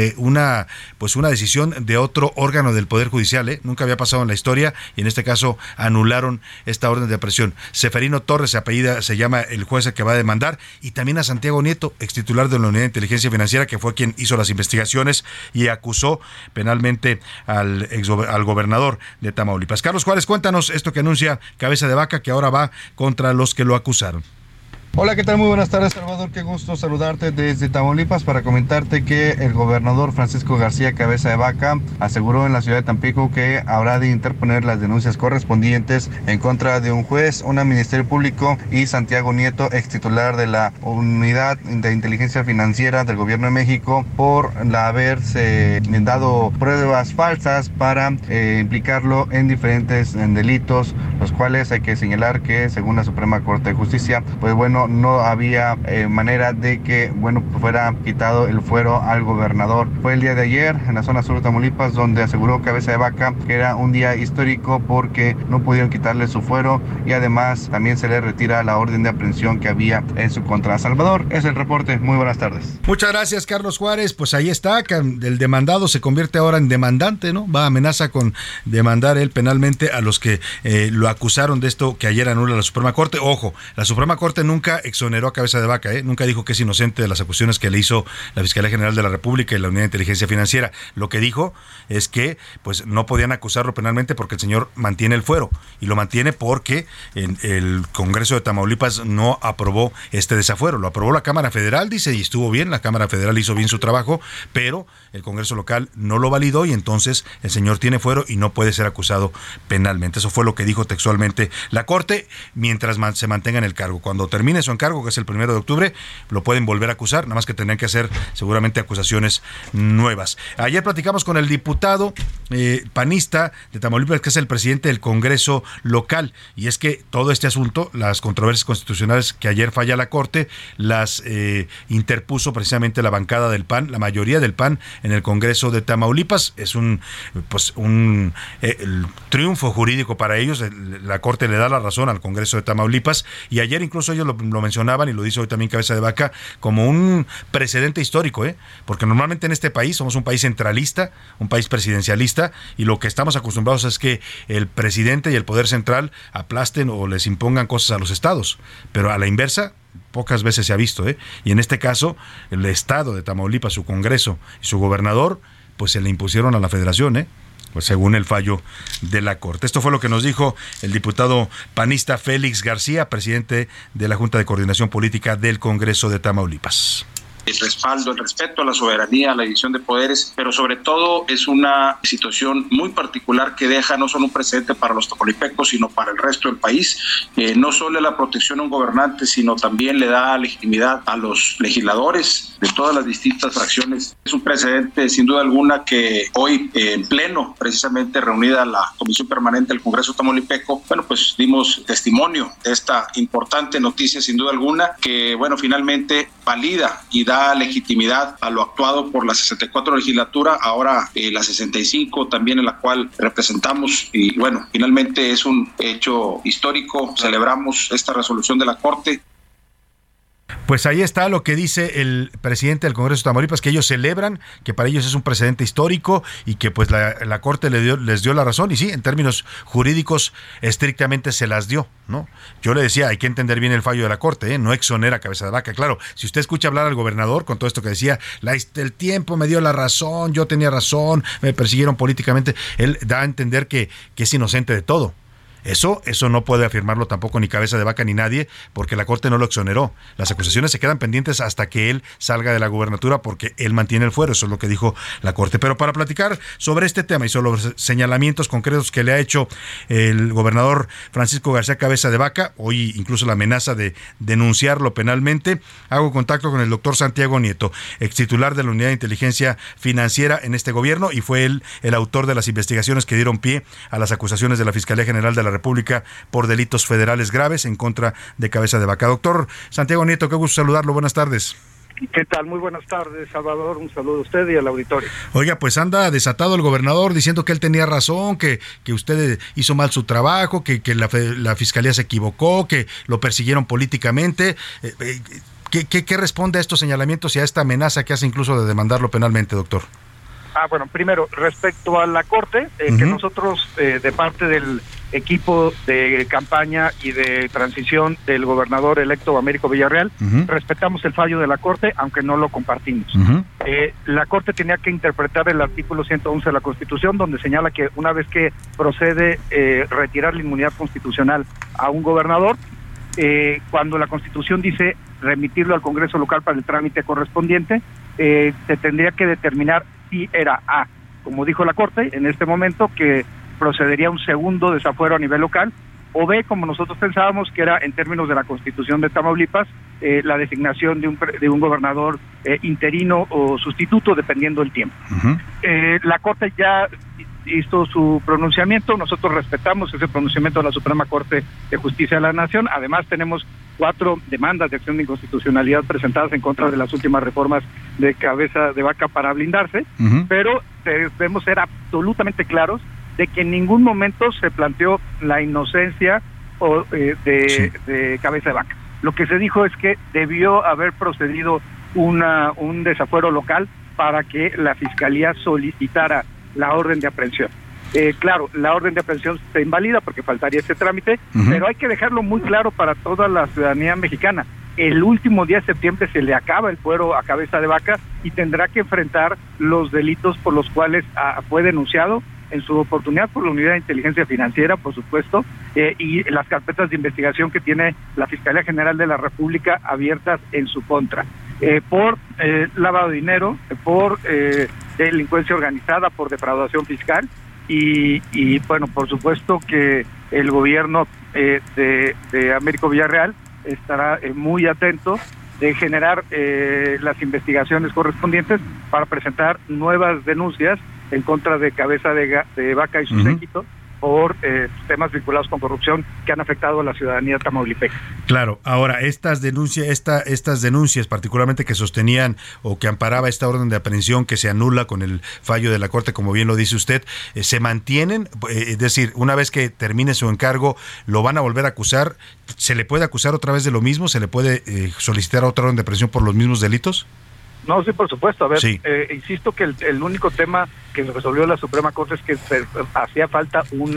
Speaker 4: una decisión de otro órgano del Poder Judicial, nunca había pasado en la historia, y en este caso anularon esta orden de aprehensión. Seferino Torres se llama el juez que va a demandar, y también a Santiago Nieto, extitular de la Unidad de Inteligencia Financiera, que fue quien hizo las investigaciones y acusó penalmente al gobernador de Tamaulipas. Carlos Juárez, cuéntanos esto que anuncia Cabeza de Vaca, que ahora va contra los que lo acusaron.
Speaker 14: Hola, ¿qué tal? Muy buenas tardes, Salvador. Qué gusto saludarte desde Tamaulipas para comentarte que el gobernador Francisco García Cabeza de Vaca aseguró en la ciudad de Tampico que habrá de interponer las denuncias correspondientes en contra de un juez, un ministerio público y Santiago Nieto, ex titular de la Unidad de Inteligencia Financiera del Gobierno de México, por haberse dado pruebas falsas para implicarlo en diferentes delitos, los cuales hay que señalar que, según la Suprema Corte de Justicia, pues bueno, no había manera de que fuera quitado el fuero al gobernador. Fue el día de ayer en la zona sur de Tamaulipas donde aseguró Cabeza de Vaca que era un día histórico porque no pudieron quitarle su fuero y además también se le retira la orden de aprehensión que había en su contra. Salvador, es el reporte. Muy buenas tardes.
Speaker 4: Muchas gracias, Carlos Juárez. Pues ahí está, el demandado se convierte ahora en demandante, ¿no? Va a amenaza con demandar él penalmente a los que lo acusaron de esto que ayer anula la Suprema Corte. Ojo, la Suprema Corte nunca exoneró a Cabeza de Vaca, nunca dijo que es inocente de las acusaciones que le hizo la Fiscalía General de la República y la Unidad de Inteligencia Financiera. Lo que dijo es que pues no podían acusarlo penalmente porque el señor mantiene el fuero, y lo mantiene porque el Congreso de Tamaulipas no aprobó este desafuero. Lo aprobó la Cámara Federal, dice, y estuvo bien, la Cámara Federal hizo bien su trabajo, pero el Congreso local no lo validó y entonces el señor tiene fuero y no puede ser acusado penalmente. Eso fue lo que dijo textualmente la Corte mientras se mantenga en el cargo. Cuando termine su encargo, que es el 1 de octubre, lo pueden volver a acusar, nada más que tendrán que hacer seguramente acusaciones nuevas. Ayer platicamos con el diputado panista de Tamaulipas, que es el presidente del Congreso local, y es que todo este asunto, las controversias constitucionales que ayer falla la Corte, las interpuso precisamente la bancada del PAN, la mayoría del PAN en el Congreso de Tamaulipas. Es un triunfo jurídico para ellos. La Corte le da la razón al Congreso de Tamaulipas, y ayer incluso ellos lo mencionaban, y lo dice hoy también Cabeza de Vaca, como un precedente histórico, porque normalmente en este país somos un país centralista, un país presidencialista, y lo que estamos acostumbrados es que el presidente y el poder central aplasten o les impongan cosas a los estados, pero a la inversa pocas veces se ha visto, y en este caso el estado de Tamaulipas, su Congreso y su gobernador, pues se le impusieron a la federación, pues según el fallo de la Corte. Esto fue lo que nos dijo el diputado panista Félix García, presidente de la Junta de Coordinación Política del Congreso de Tamaulipas.
Speaker 15: El respaldo, el respeto a la soberanía, a la división de poderes, pero sobre todo es una situación muy particular que deja no solo un precedente para los tamaulipecos, sino para el resto del país. No solo la protección a un gobernante, sino también le da legitimidad a los legisladores de todas las distintas fracciones. Es un precedente, sin duda alguna, que hoy en pleno, precisamente reunida la Comisión Permanente del Congreso Tamaulipeco, pues dimos testimonio de esta importante noticia, sin duda alguna, que finalmente valida y da da legitimidad a lo actuado por la 64 legislatura, ahora la 65 también, en la cual representamos, y bueno, finalmente es un hecho histórico. Celebramos esta resolución de la Corte.
Speaker 4: Pues ahí está lo que dice el presidente del Congreso de Tamaulipas, que ellos celebran, que para ellos es un precedente histórico y que pues la Corte les dio la razón, y sí, en términos jurídicos estrictamente se las dio, ¿no? Yo le decía, hay que entender bien el fallo de la Corte, no exonera Cabeza de Vaca. Claro, si usted escucha hablar al gobernador con todo esto que decía, el tiempo me dio la razón, yo tenía razón, me persiguieron políticamente, él da a entender que es inocente de todo. Eso no puede afirmarlo tampoco ni Cabeza de Vaca ni nadie, porque la Corte no lo exoneró. Las acusaciones se quedan pendientes hasta que él salga de la gubernatura, porque él mantiene el fuero. Eso es lo que dijo la Corte. Pero para platicar sobre este tema y sobre los señalamientos concretos que le ha hecho el gobernador Francisco García Cabeza de Vaca, hoy incluso la amenaza de denunciarlo penalmente, hago contacto con el doctor Santiago Nieto, extitular de la Unidad de Inteligencia Financiera en este gobierno, y fue él el autor de las investigaciones que dieron pie a las acusaciones de la Fiscalía General de la República por delitos federales graves en contra de Cabeza de Vaca. Doctor Santiago Nieto, qué gusto saludarlo, buenas tardes.
Speaker 16: ¿Qué tal? Muy buenas tardes, Salvador, un saludo a usted y al auditorio.
Speaker 4: Oiga, pues anda desatado el gobernador diciendo que él tenía razón, que usted hizo mal su trabajo, que la Fiscalía se equivocó, que lo persiguieron políticamente. ¿Qué responde a estos señalamientos y a esta amenaza que hace incluso de demandarlo penalmente, doctor?
Speaker 16: Bueno, primero, respecto a la Corte, que nosotros, de parte del equipo de campaña y de transición del gobernador electo Américo Villarreal, respetamos el fallo de la Corte, aunque no lo compartimos. La Corte tenía que interpretar el artículo 111 de la Constitución, donde señala que una vez que procede retirar la inmunidad constitucional a un gobernador, cuando la Constitución dice remitirlo al Congreso local para el trámite correspondiente, se tendría que determinar si era A, como dijo la Corte en este momento, que procedería un segundo desafuero a nivel local, o B, como nosotros pensábamos, que era en términos de la Constitución de Tamaulipas, la designación de un gobernador interino o sustituto, dependiendo del tiempo. La Corte ya hizo su pronunciamiento, nosotros respetamos ese pronunciamiento de la Suprema Corte de Justicia de la Nación. Además, tenemos 4 demandas de acción de inconstitucionalidad presentadas en contra de las últimas reformas de Cabeza de Vaca para blindarse, pero debemos ser absolutamente claros de que en ningún momento se planteó la inocencia de Cabeza de Vaca. Lo que se dijo es que debió haber procedido un desafuero local para que la Fiscalía solicitara la orden de aprehensión. Claro, la orden de aprehensión se invalida porque faltaría ese trámite, pero hay que dejarlo muy claro para toda la ciudadanía mexicana. El último día de septiembre se le acaba el fuero a Cabeza de Vaca y tendrá que enfrentar los delitos por los cuales fue denunciado, en su oportunidad por la Unidad de Inteligencia Financiera, por supuesto, y las carpetas de investigación que tiene la Fiscalía General de la República abiertas en su contra, por lavado de dinero, por delincuencia organizada, por defraudación fiscal, y bueno, por supuesto que el gobierno de Américo Villarreal estará muy atento de generar las investigaciones correspondientes para presentar nuevas denuncias en contra de Cabeza de Vaca y su séquito por temas vinculados con corrupción que han afectado a la ciudadanía tamaulipeca.
Speaker 4: Claro, ahora estas denuncias particularmente que sostenían o que amparaba esta orden de aprehensión que se anula con el fallo de la Corte, como bien lo dice usted, ¿se mantienen? Es decir, una vez que termine su encargo, ¿lo van a volver a acusar? ¿Se le puede acusar otra vez de lo mismo? ¿Se le puede solicitar otra orden de aprehensión por los mismos delitos?
Speaker 16: No, sí, por supuesto. A ver,
Speaker 4: sí.
Speaker 16: Insisto que el único tema que resolvió la Suprema Corte es que hacía falta un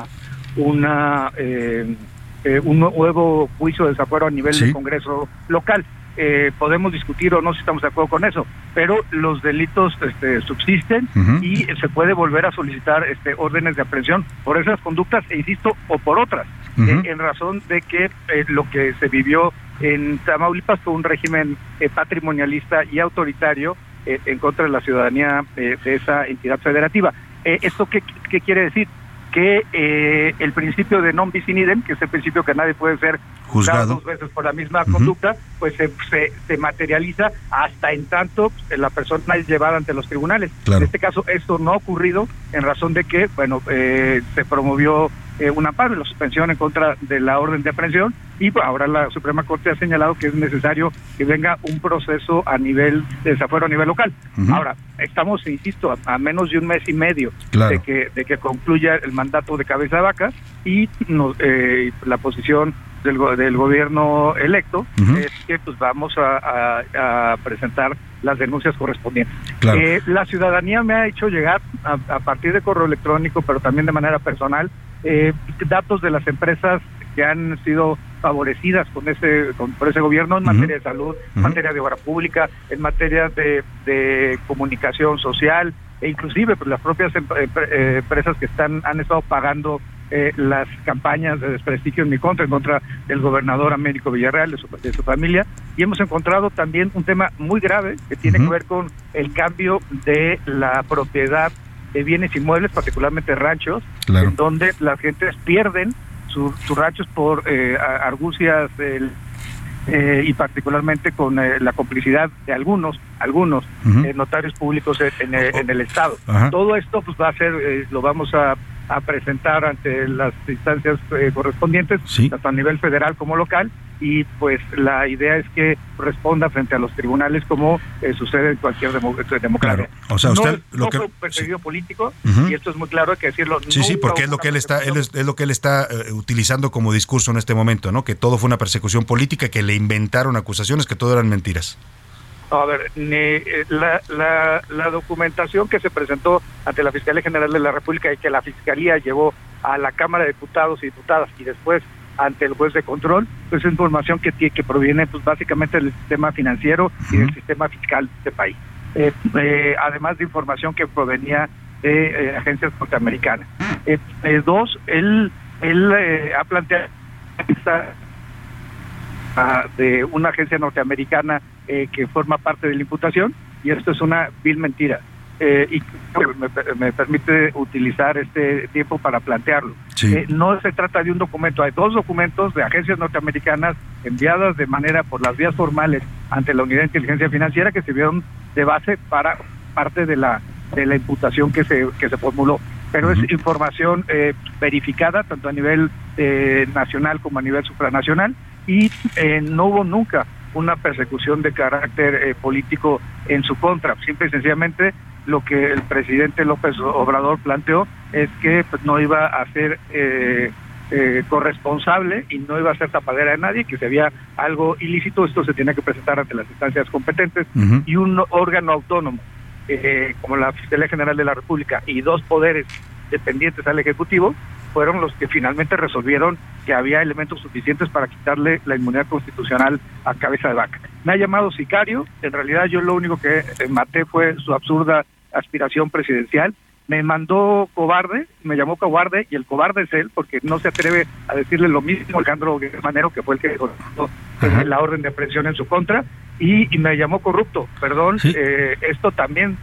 Speaker 16: nuevo juicio de desafuero a nivel de Congreso local. Podemos discutir o no si estamos de acuerdo con eso, pero los delitos subsisten y se puede volver a solicitar órdenes de aprehensión por esas conductas, e insisto, o por otras, en razón de que lo que se vivió en Tamaulipas fue un régimen patrimonialista y autoritario en contra de la ciudadanía de esa entidad federativa. ¿Esto qué quiere decir? Que el principio de non bis in idem, que es el principio que nadie puede ser juzgado 2 veces por la misma conducta, pues se materializa hasta en tanto la persona es llevada ante los tribunales. Claro. En este caso esto no ha ocurrido en razón de que, bueno, se promovió un amparo, la suspensión en contra de la orden de aprehensión, y pues, ahora la Suprema Corte ha señalado que es necesario que venga un proceso a nivel de desafuero a nivel local. Ahora, estamos, insisto, a menos de un mes y medio de que concluya el mandato de Cabeza de Vaca, y la posición del gobierno electo es que pues vamos a presentar las denuncias correspondientes. La ciudadanía me ha hecho llegar a partir de correo electrónico, pero también de manera personal, datos de las empresas que han sido favorecidas por ese gobierno en materia de salud, en materia de obra pública, en materia de comunicación social, e inclusive pues, las propias empresas que han estado pagando las campañas de desprestigio en mi contra, en contra del gobernador Américo Villarreal, de su familia, y hemos encontrado también un tema muy grave que tiene que ver con el cambio de la propiedad de bienes inmuebles, particularmente ranchos, en donde las gentes pierden sus ranchos por argucias y particularmente con la complicidad de algunos notarios públicos en el estado. Todo esto pues va a ser, lo vamos a presentar ante las instancias correspondientes, tanto a nivel federal como local, y pues la idea es que responda frente a los tribunales como sucede en cualquier democracia.
Speaker 4: O sea, usted
Speaker 16: no fue un perseguido político, y esto es muy claro, hay que decirlo.
Speaker 4: Sí, porque es lo que él está utilizando como discurso en este momento, ¿no? Que todo fue una persecución política, que le inventaron acusaciones, que todo eran mentiras.
Speaker 16: A ver, la documentación que se presentó ante la Fiscalía General de la República y que la Fiscalía llevó a la Cámara de Diputados y Diputadas y después ante el juez de control, pues es información que proviene pues básicamente del sistema financiero y del sistema fiscal de este país. Además de información que provenía de agencias norteamericanas. Dos, él ha planteado de una agencia norteamericana que forma parte de la imputación, y esto es una vil mentira, y me permite utilizar este tiempo para plantearlo. No se trata de un documento, hay dos documentos de agencias norteamericanas enviadas de manera por las vías formales ante la Unidad de Inteligencia Financiera, que sirvieron de base para parte de la imputación que se formuló, pero es información verificada tanto a nivel nacional como a nivel supranacional, y no hubo nunca una persecución de carácter político en su contra. Simple y sencillamente lo que el presidente López Obrador planteó es que pues, no iba a ser corresponsable y no iba a ser tapadera de nadie, que si había algo ilícito, esto se tiene que presentar ante las instancias competentes, y un órgano autónomo como la Fiscalía General de la República y dos poderes dependientes al Ejecutivo fueron los que finalmente resolvieron que había elementos suficientes para quitarle la inmunidad constitucional a Cabeza de Vaca. Me ha llamado sicario, en realidad yo lo único que maté fue su absurda aspiración presidencial. Me mandó cobarde, me llamó cobarde, y el cobarde es él, porque no se atreve a decirle lo mismo a Alejandro Manero, que fue el que solicitó la orden de aprehensión en su contra, y me llamó corrupto. Perdón, esto también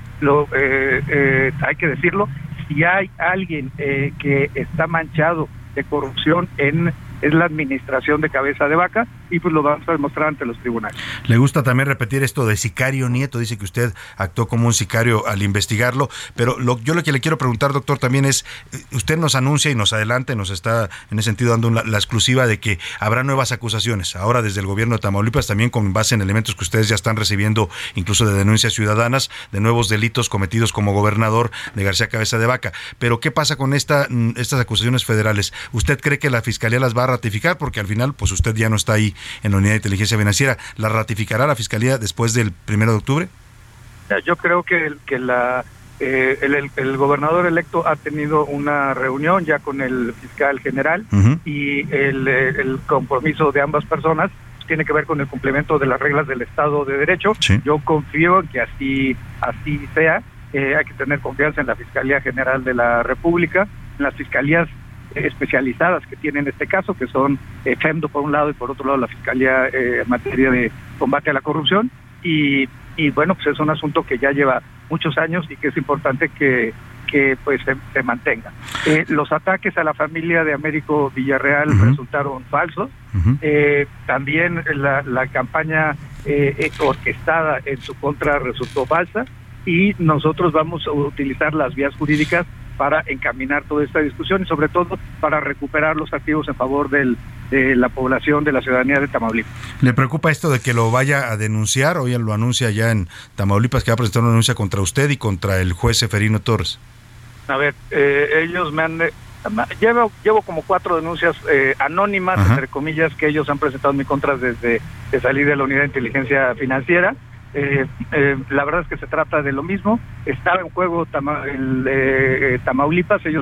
Speaker 16: hay que decirlo. Si hay alguien que está manchado de corrupción es la administración de Cabeza de Vaca, y pues lo vamos a demostrar ante los tribunales.
Speaker 4: Le gusta también repetir esto de sicario Nieto, dice que usted actuó como un sicario al investigarlo, pero yo lo que le quiero preguntar, doctor, también es, usted nos anuncia y nos adelanta, y nos está en ese sentido dando la exclusiva de que habrá nuevas acusaciones, ahora desde el gobierno de Tamaulipas, también con base en elementos que ustedes ya están recibiendo, incluso de denuncias ciudadanas, de nuevos delitos cometidos como gobernador de García Cabeza de Vaca. Pero ¿qué pasa con estas acusaciones federales? ¿Usted cree que la Fiscalía las va a ratificar? Porque al final, pues usted ya no está ahí en la Unidad de Inteligencia Financiera. ¿La ratificará la Fiscalía después del 1 de octubre?
Speaker 16: Yo creo que el gobernador electo ha tenido una reunión ya con el fiscal general, y el compromiso de ambas personas tiene que ver con el cumplimiento de las reglas del Estado de Derecho. Yo confío en que así sea. Hay que tener confianza en la Fiscalía General de la República, en las fiscalías especializadas que tienen este caso, que son FEMDO por un lado y por otro lado la Fiscalía en materia de combate a la corrupción, y bueno, pues es un asunto que ya lleva muchos años y que es importante que pues se mantenga. Los ataques a la familia de Américo Villarreal resultaron falsos. También la campaña orquestada en su contra resultó falsa, y nosotros vamos a utilizar las vías jurídicas para encaminar toda esta discusión y sobre todo para recuperar los activos en favor de la población, de la ciudadanía de Tamaulipas.
Speaker 4: ¿Le preocupa esto de que lo vaya a denunciar? Hoy lo anuncia ya en Tamaulipas que va a presentar una denuncia contra usted y contra el juez Seferino Torres.
Speaker 16: A ver, ellos me han... Llevo como 4 denuncias anónimas, entre comillas, que ellos han presentado en mi contra desde que salí de la Unidad de Inteligencia Financiera. La verdad es que se trata de lo mismo. Estaba en juego Tamaulipas. Ellos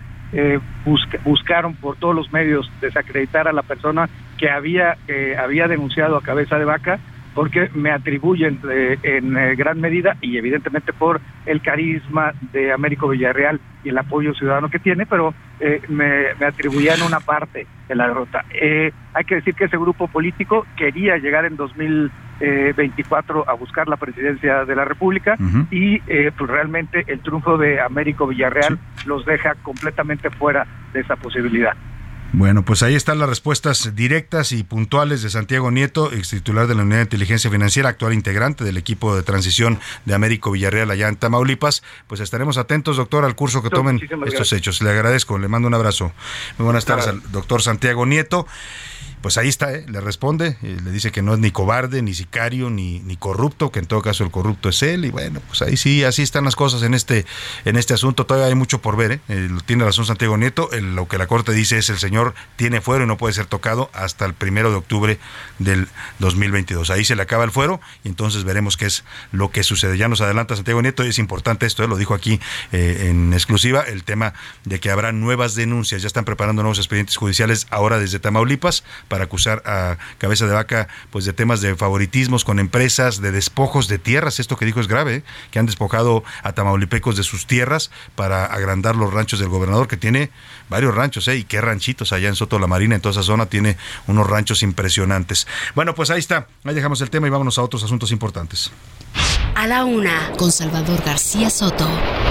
Speaker 16: buscaron por todos los medios desacreditar a la persona que había denunciado a Cabeza de Vaca, porque me atribuyen en gran medida, y evidentemente por el carisma de Américo Villarreal y el apoyo ciudadano que tiene, pero me atribuían una parte de la derrota. Hay que decir que ese grupo político quería llegar en 2024 a buscar la presidencia de la República, y pues realmente el triunfo de Américo Villarreal los deja completamente fuera de esa posibilidad.
Speaker 4: Bueno, pues ahí están las respuestas directas y puntuales de Santiago Nieto, ex titular de la Unidad de Inteligencia Financiera, actual integrante del equipo de transición de Américo Villarreal allá en Tamaulipas. Pues estaremos atentos, doctor, al curso que tomen estos hechos. Le agradezco, le mando un abrazo. Muy buenas tardes al doctor Santiago Nieto. Pues ahí está, le responde, le dice que no es ni cobarde, ni sicario, ni corrupto, que en todo caso el corrupto es él, y bueno, pues ahí sí, así están las cosas en este asunto. Todavía hay mucho por ver, tiene razón Santiago Nieto, lo que la Corte dice es el señor tiene fuero y no puede ser tocado hasta el 1 de octubre del 2022. Ahí se le acaba el fuero y entonces veremos qué es lo que sucede. Ya nos adelanta Santiago Nieto, y es importante esto, lo dijo aquí en exclusiva, el tema de que habrá nuevas denuncias. Ya están preparando nuevos expedientes judiciales ahora desde Tamaulipas para acusar a Cabeza de Vaca pues de temas de favoritismos con empresas, de despojos de tierras. Esto que dijo es grave, que han despojado a tamaulipecos de sus tierras para agrandar los ranchos del gobernador, que tiene varios ranchos, y qué ranchitos allá en Soto la Marina, en toda esa zona tiene unos ranchos impresionantes. Bueno, pues ahí está, ahí dejamos el tema y vámonos a otros asuntos importantes.
Speaker 2: A la una, con Salvador García Soto.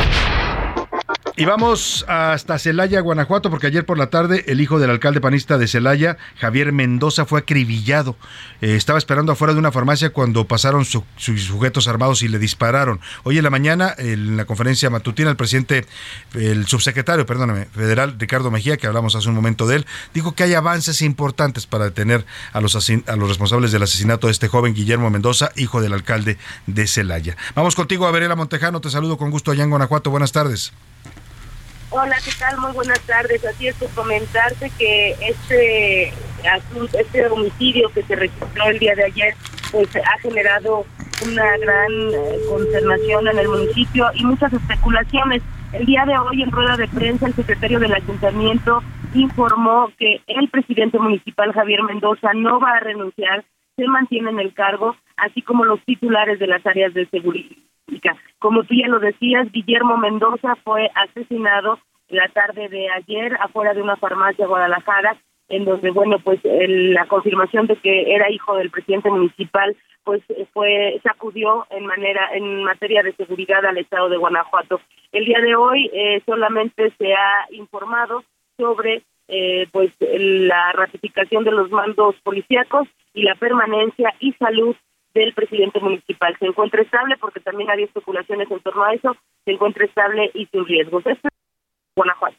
Speaker 4: Y vamos hasta Celaya, Guanajuato, porque ayer por la tarde el hijo del alcalde panista de Celaya, Javier Mendoza, fue acribillado. Estaba esperando afuera de una farmacia cuando pasaron sus sujetos armados y le dispararon. Hoy en la mañana, en la conferencia matutina, el subsecretario federal, Ricardo Mejía, que hablamos hace un momento de él, dijo que hay avances importantes para detener a los responsables del asesinato de este joven Guillermo Mendoza, hijo del alcalde de Celaya. Vamos contigo, Gabriela Montejano, te saludo con gusto allá en Guanajuato. Buenas tardes.
Speaker 17: Hola, ¿qué tal? Muy buenas tardes. Así es, por comentarte que este homicidio que se registró el día de ayer, pues ha generado una gran consternación en el municipio y muchas especulaciones. El día de hoy, en rueda de prensa, el secretario del ayuntamiento informó que el presidente municipal, Javier Mendoza, no va a renunciar, se mantiene en el cargo, así como los titulares de las áreas de seguridad. Como tú ya lo decías, Guillermo Mendoza fue asesinado la tarde de ayer afuera de una farmacia de Guadalajara, en donde, bueno, pues la confirmación de que era hijo del presidente municipal, pues sacudió en materia de seguridad al estado de Guanajuato. El día de hoy solamente se ha informado sobre pues la ratificación de los mandos policíacos y la permanencia y salud del presidente municipal. Se encuentra estable, porque también había especulaciones en torno a eso, se encuentra estable y sin riesgos. Esto es Guanajuato.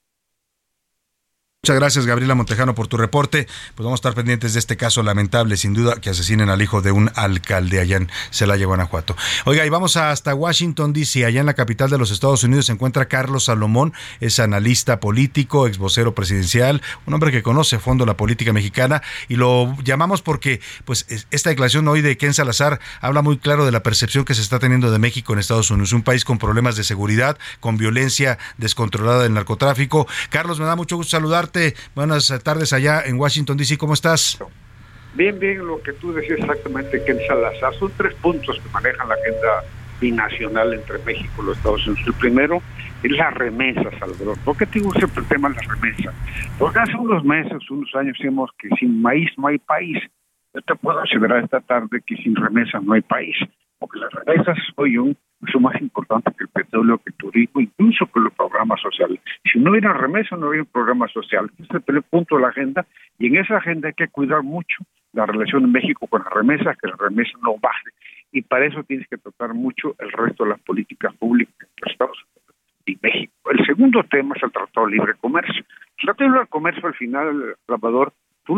Speaker 4: Muchas gracias, Gabriela Montejano, por tu reporte. Pues vamos a estar pendientes de este caso lamentable, sin duda, que asesinen al hijo de un alcalde allá en Celaya, Guanajuato. Oiga, y vamos hasta Washington, D.C., allá en la capital de los Estados Unidos se encuentra Carlos Salomón, es analista político, ex vocero presidencial, un hombre que conoce a fondo la política mexicana, y lo llamamos porque pues esta declaración hoy de Ken Salazar habla muy claro de la percepción que se está teniendo de México en Estados Unidos, un país con problemas de seguridad, con violencia descontrolada del narcotráfico. Carlos, me da mucho gusto saludarte. Buenas tardes allá en Washington, D.C., ¿cómo estás?
Speaker 18: Bien, lo que tú decías exactamente, Ken Salazar. Son 3 puntos que manejan la agenda binacional entre México y los Estados Unidos. El primero es la remesa, Salvador. ¿Por qué te digo siempre el tema de la remesa? Porque hace unos meses, unos años decíamos que sin maíz no hay país. Yo te puedo asegurar esta tarde que sin remesa no hay país, porque las remesas hoy son más importantes que el petróleo, que el turismo, incluso que los programas sociales. Si no hubiera remesa, no hubiera un programa social. Este es el primer punto de la agenda, y en esa agenda hay que cuidar mucho la relación de México con las remesas, que la remesa no baje, y para eso tienes que tratar mucho el resto de las políticas públicas entre Estados Unidos y México. El segundo tema es el Tratado de Libre Comercio. El Tratado de Libre Comercio, al final, Salvador, tú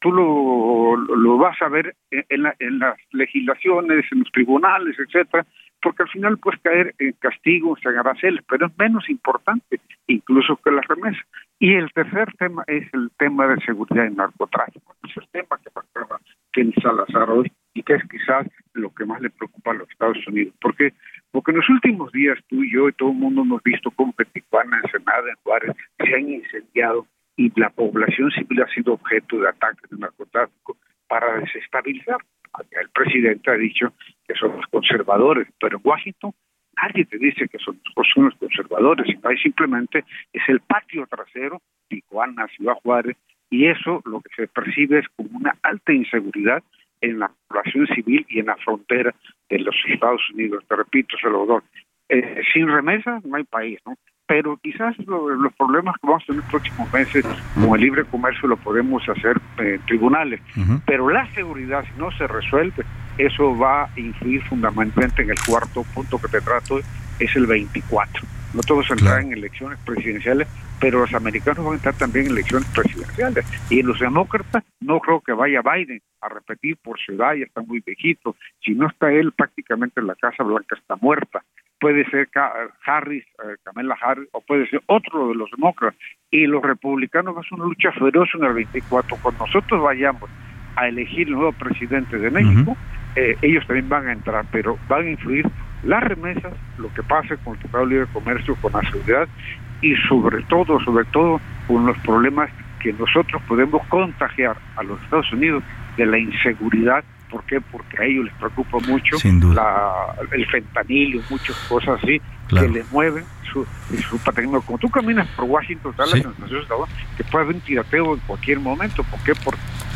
Speaker 18: lo vas a ver en las legislaciones, en los tribunales, etcétera, porque al final puedes caer en castigos, en aranceles, pero es menos importante incluso que las remesas. Y el tercer tema es el tema de seguridad y narcotráfico. Es el tema que planteaba Ken Salazar hoy y que es quizás lo que más le preocupa a los Estados Unidos. ¿Por qué? Porque en los últimos días tú y yo y todo el mundo hemos visto cómo en Tijuana, Ensenada, en Juárez se han incendiado y la población civil ha sido objeto de ataques de narcotráfico para desestabilizar. El presidente ha dicho que son los conservadores, pero en Washington nadie te dice que son los conservadores, sino ahí simplemente es el patio trasero, Tijuana, Ciudad Juárez, y eso lo que se percibe es como una alta inseguridad en la población civil y en la frontera de los Estados Unidos. Te repito, Salvador, sin remesas no hay país, ¿no? Pero quizás los problemas que vamos a tener en los próximos meses con el libre comercio lo podemos hacer en tribunales, pero la seguridad, si no se resuelve, eso va a influir fundamentalmente en el cuarto punto que te trato, es el 24. No todos entrarán en elecciones presidenciales, pero los americanos van a entrar también en elecciones presidenciales. Y los demócratas no creo que vaya Biden a repetir por su edad, ya está muy viejito. Si no está él, prácticamente la Casa Blanca está muerta. Puede ser Harris, Kamala Harris, o puede ser otro de los demócratas. Y los republicanos van a hacer una lucha feroz en el 24. Cuando nosotros vayamos a elegir el nuevo presidente de México, ellos también van a entrar, pero van a influir las remesas, lo que pase con el Tratado de Libre Comercio, con la seguridad y sobre todo con los problemas que nosotros podemos contagiar a los Estados Unidos de la inseguridad. ¿Por qué? Porque a ellos les preocupa mucho el fentanilo, muchas cosas así, que les mueven su patrimonio. Como tú caminas por Washington, da la sensación que puede haber un tirateo en cualquier momento. ¿Por qué?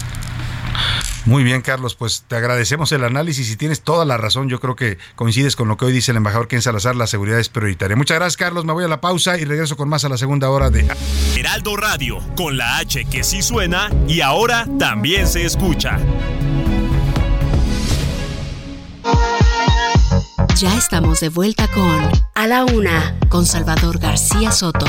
Speaker 4: Muy bien, Carlos, pues te agradecemos el análisis y tienes toda la razón. Yo creo que coincides con lo que hoy dice el embajador Ken Salazar, la seguridad es prioritaria. Muchas gracias, Carlos. Me voy a la pausa y regreso con más a la segunda hora de
Speaker 19: Heraldo Radio, con la H que sí suena y ahora también se escucha.
Speaker 2: Ya estamos de vuelta con A la Una, con Salvador García Soto.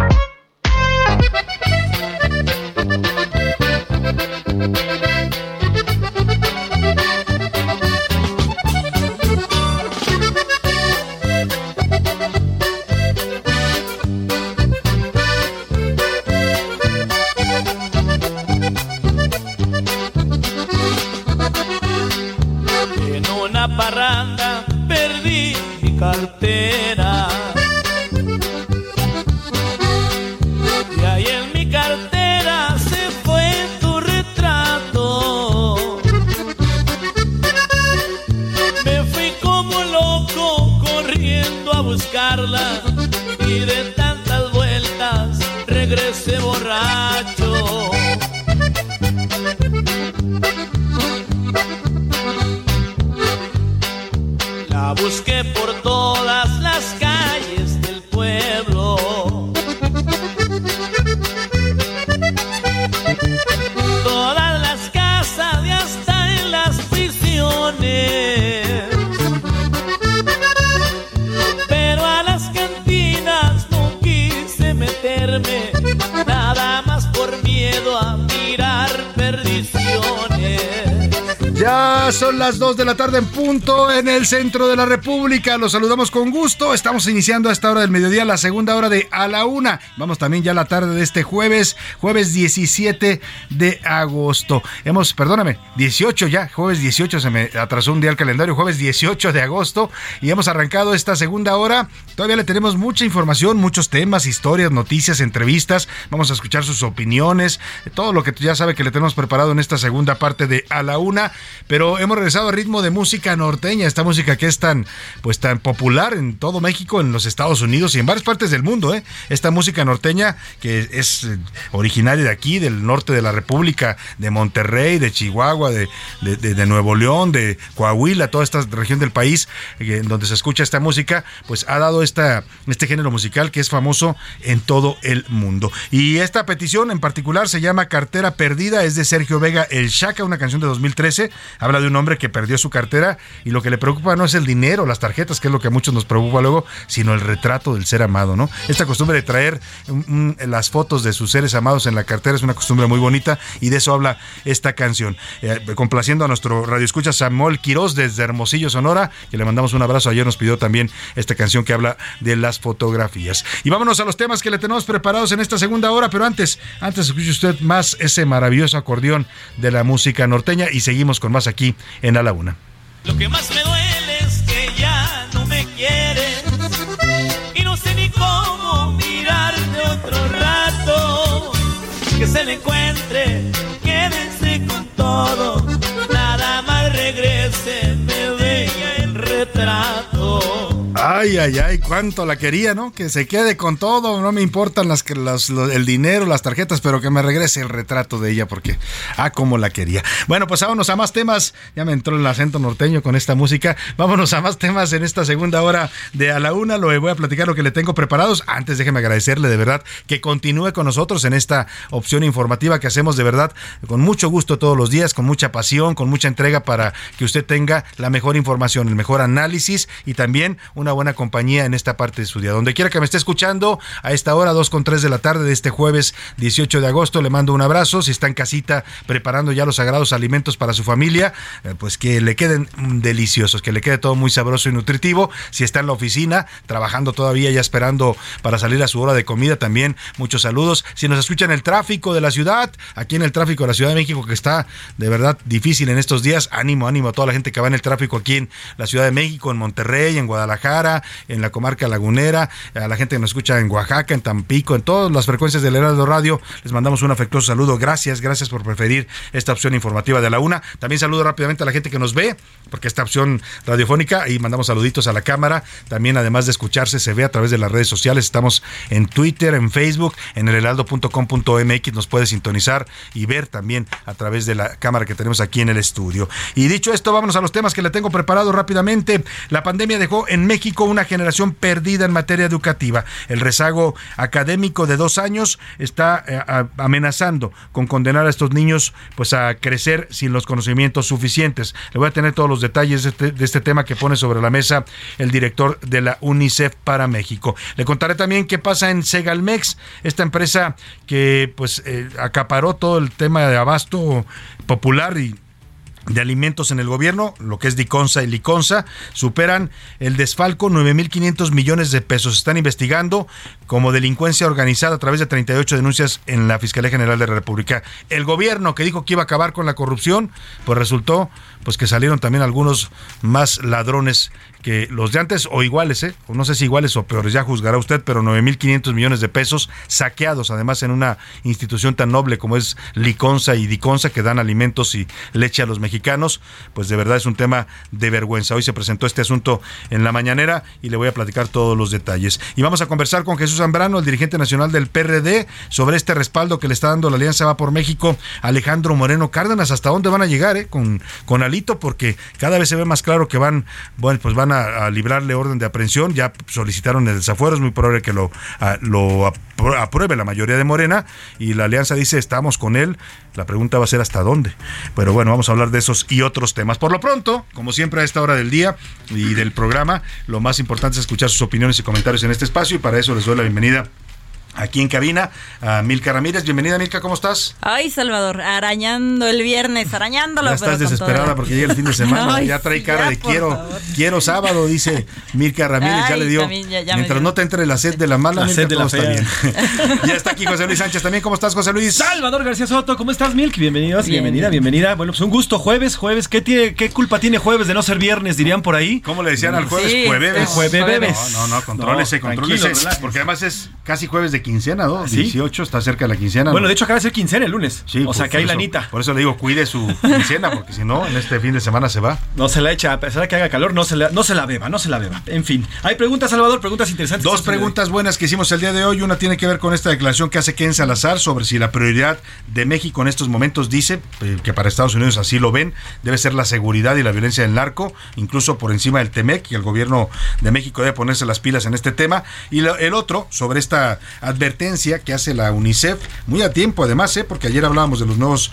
Speaker 13: Parranda perdí mi cartera y ahí en mi cartera se fue tu retrato. Me fui como loco corriendo a buscarla y de tantas vueltas regresé borracho. La busqué por todas las calles del pueblo, todas las casas y hasta en las prisiones, pero a las cantinas no quise meterme, nada más por miedo a mirar perdiciones.
Speaker 4: Ya son las 2 de la tarde en punto en el centro de la República. Los saludamos con gusto. Estamos iniciando a esta hora del mediodía la segunda hora de A la Una. Vamos también ya a la tarde de este jueves 17 de agosto. 18 ya, jueves 18, se me atrasó un día el calendario, jueves 18 de agosto y hemos arrancado esta segunda hora. Todavía le tenemos mucha información, muchos temas, historias, noticias, entrevistas. Vamos a escuchar sus opiniones, todo lo que ya sabe que le tenemos preparado en esta segunda parte de A la Una. Pero hemos regresado a ritmo de música norteña, esta música que es tan popular en todo México, en los Estados Unidos y en varias partes del mundo, Esta música norteña que es originaria de aquí, del norte de la República, de Monterrey, de Chihuahua, de Nuevo León, de Coahuila, toda esta región del país en donde se escucha esta música, pues ha dado este género musical que es famoso en todo el mundo. Y esta petición en particular se llama Cartera Perdida, es de Sergio Vega El Chaca, una canción de 2013. Habla de de un hombre que perdió su cartera y lo que le preocupa no es el dinero, las tarjetas, que es lo que a muchos nos preocupa luego, sino el retrato del ser amado, ¿no? Esta costumbre de traer las fotos de sus seres amados en la cartera es una costumbre muy bonita y de eso habla esta canción. Complaciendo a nuestro radioescucha Samuel Quirós desde Hermosillo, Sonora, que le mandamos un abrazo. Ayer nos pidió también esta canción que habla de las fotografías. Y vámonos a los temas que le tenemos preparados en esta segunda hora, pero antes escuche usted más ese maravilloso acordeón de la música norteña y seguimos con más aquí en A la Una.
Speaker 13: Lo que más me duele es que ya no me quieres y no sé ni cómo mirarte otro rato. Que se le encuentre, quédense con todo, nada más regrese, me deja el retrato.
Speaker 4: Ay, cuánto la quería, ¿no? Que se quede con todo, no me importan el dinero, las tarjetas, pero que me regrese el retrato de ella, porque cómo la quería. Bueno, pues vámonos a más temas. Ya me entró el acento norteño con esta música. Vámonos a más temas en esta segunda hora de A la Una. Lo voy a platicar lo que le tengo preparados. Antes déjeme agradecerle de verdad que continúe con nosotros en esta opción informativa que hacemos de verdad con mucho gusto todos los días, con mucha pasión, con mucha entrega para que usted tenga la mejor información, el mejor análisis y también una buena compañía en esta parte de su día. Donde quiera que me esté escuchando, a esta hora, 2:03 de la tarde de este jueves 18 de agosto, le mando un abrazo. Si está en casita preparando ya los sagrados alimentos para su familia, pues que le queden deliciosos, que le quede todo muy sabroso y nutritivo. Si está en la oficina, trabajando todavía, ya esperando para salir a su hora de comida, también muchos saludos. Si nos escucha en el tráfico de la ciudad, aquí en el tráfico de la Ciudad de México, que está de verdad difícil en estos días, ánimo a toda la gente que va en el tráfico aquí en la Ciudad de México, en Monterrey, en Guadalajara, en la comarca lagunera, a la gente que nos escucha en Oaxaca, en Tampico, en todas las frecuencias del Heraldo Radio, les mandamos un afectuoso saludo. Gracias por preferir esta opción informativa de la una. También saludo rápidamente a la gente que nos ve, porque esta opción radiofónica, y mandamos saluditos a la cámara. También, además de escucharse, se ve a través de las redes sociales. Estamos en Twitter, en Facebook, en elheraldo.com.mx, nos puede sintonizar y ver también a través de la cámara que tenemos aquí en el estudio. Y dicho esto, vámonos a los temas que le tengo preparado rápidamente. La pandemia dejó en México una generación perdida en materia educativa. El rezago académico de 2 años está amenazando con condenar a estos niños pues a crecer sin los conocimientos suficientes. Le voy a tener todos los detalles de este tema que pone sobre la mesa el director de la UNICEF para México. Le contaré también qué pasa en Segalmex, esta empresa que pues acaparó todo el tema de abasto popular y de alimentos en el gobierno, lo que es Diconsa y Liconsa, superan el desfalco 9.500 millones de pesos. Están investigando como delincuencia organizada a través de 38 denuncias en la Fiscalía General de la República. El gobierno que dijo que iba a acabar con la corrupción, pues resultó pues que salieron también algunos más ladrones que los de antes o iguales, o no sé si iguales o peores, ya juzgará usted, pero 9.500 millones de pesos saqueados, además en una institución tan noble como es Liconsa y Diconsa, que dan alimentos y leche a los mexicanos. Pues de verdad es un tema de vergüenza. Hoy se presentó este asunto en la mañanera y le voy a platicar todos los detalles. Y vamos a conversar con Jesús Zambrano, el dirigente nacional del PRD, sobre este respaldo que le está dando la Alianza Va por México, Alejandro Moreno Cárdenas. ¿Hasta dónde van a llegar con Alito? Porque cada vez se ve más claro que van a librarle orden de aprehensión. Ya solicitaron el desafuero, es muy probable que lo apruebe la mayoría de Morena, y la Alianza dice estamos con él. La pregunta va a ser hasta dónde. Pero bueno, vamos a hablar de esos y otros temas. Por lo pronto, como siempre a esta hora del día y del programa, lo más importante es escuchar sus opiniones y comentarios en este espacio, y para eso les doy la bienvenida aquí en cabina a Milka Ramírez. Bienvenida, Milka, ¿cómo estás?
Speaker 20: Ay, Salvador, arañando el viernes, arañándolo.
Speaker 4: Ya estás desesperada porque llega el fin de semana. Ay, ya trae cara de quiero sábado, dice Milka Ramírez. Ay, ya le dio. También, ya mientras no te entre la sed de la mala,
Speaker 21: la sed de la fea.
Speaker 4: Ya está aquí José Luis Sánchez también. ¿Cómo estás, José Luis?
Speaker 21: Salvador García Soto, ¿cómo estás, Milk? Bienvenida. Bueno, pues un gusto. Jueves. ¿Qué culpa tiene jueves de no ser viernes, dirían por ahí?
Speaker 4: ¿Cómo le decían al jueves?
Speaker 21: Sí, jueves.
Speaker 4: No, contrólese. Porque además es casi jueves de quincena, ¿no? ¿Sí? 18, está cerca de la quincena.
Speaker 21: Bueno, de hecho acaba de ser quincena el lunes.
Speaker 4: Sí, o sea que hay lanita. Por eso le digo, cuide su quincena, porque si no, en este fin de semana se va.
Speaker 21: No se la echa, a pesar de que haga calor, no se la beba. En fin, hay preguntas, Salvador, preguntas interesantes.
Speaker 4: Dos preguntas buenas que hicimos el día de hoy. Una tiene que ver con esta declaración que hace Ken Salazar sobre si la prioridad de México en estos momentos, dice que para Estados Unidos así lo ven, debe ser la seguridad y la violencia del narco, incluso por encima del TEMEC, y el gobierno de México debe ponerse las pilas en este tema. Y el otro, sobre esta advertencia advertencia que hace la UNICEF, muy a tiempo además, porque ayer hablábamos de los nuevos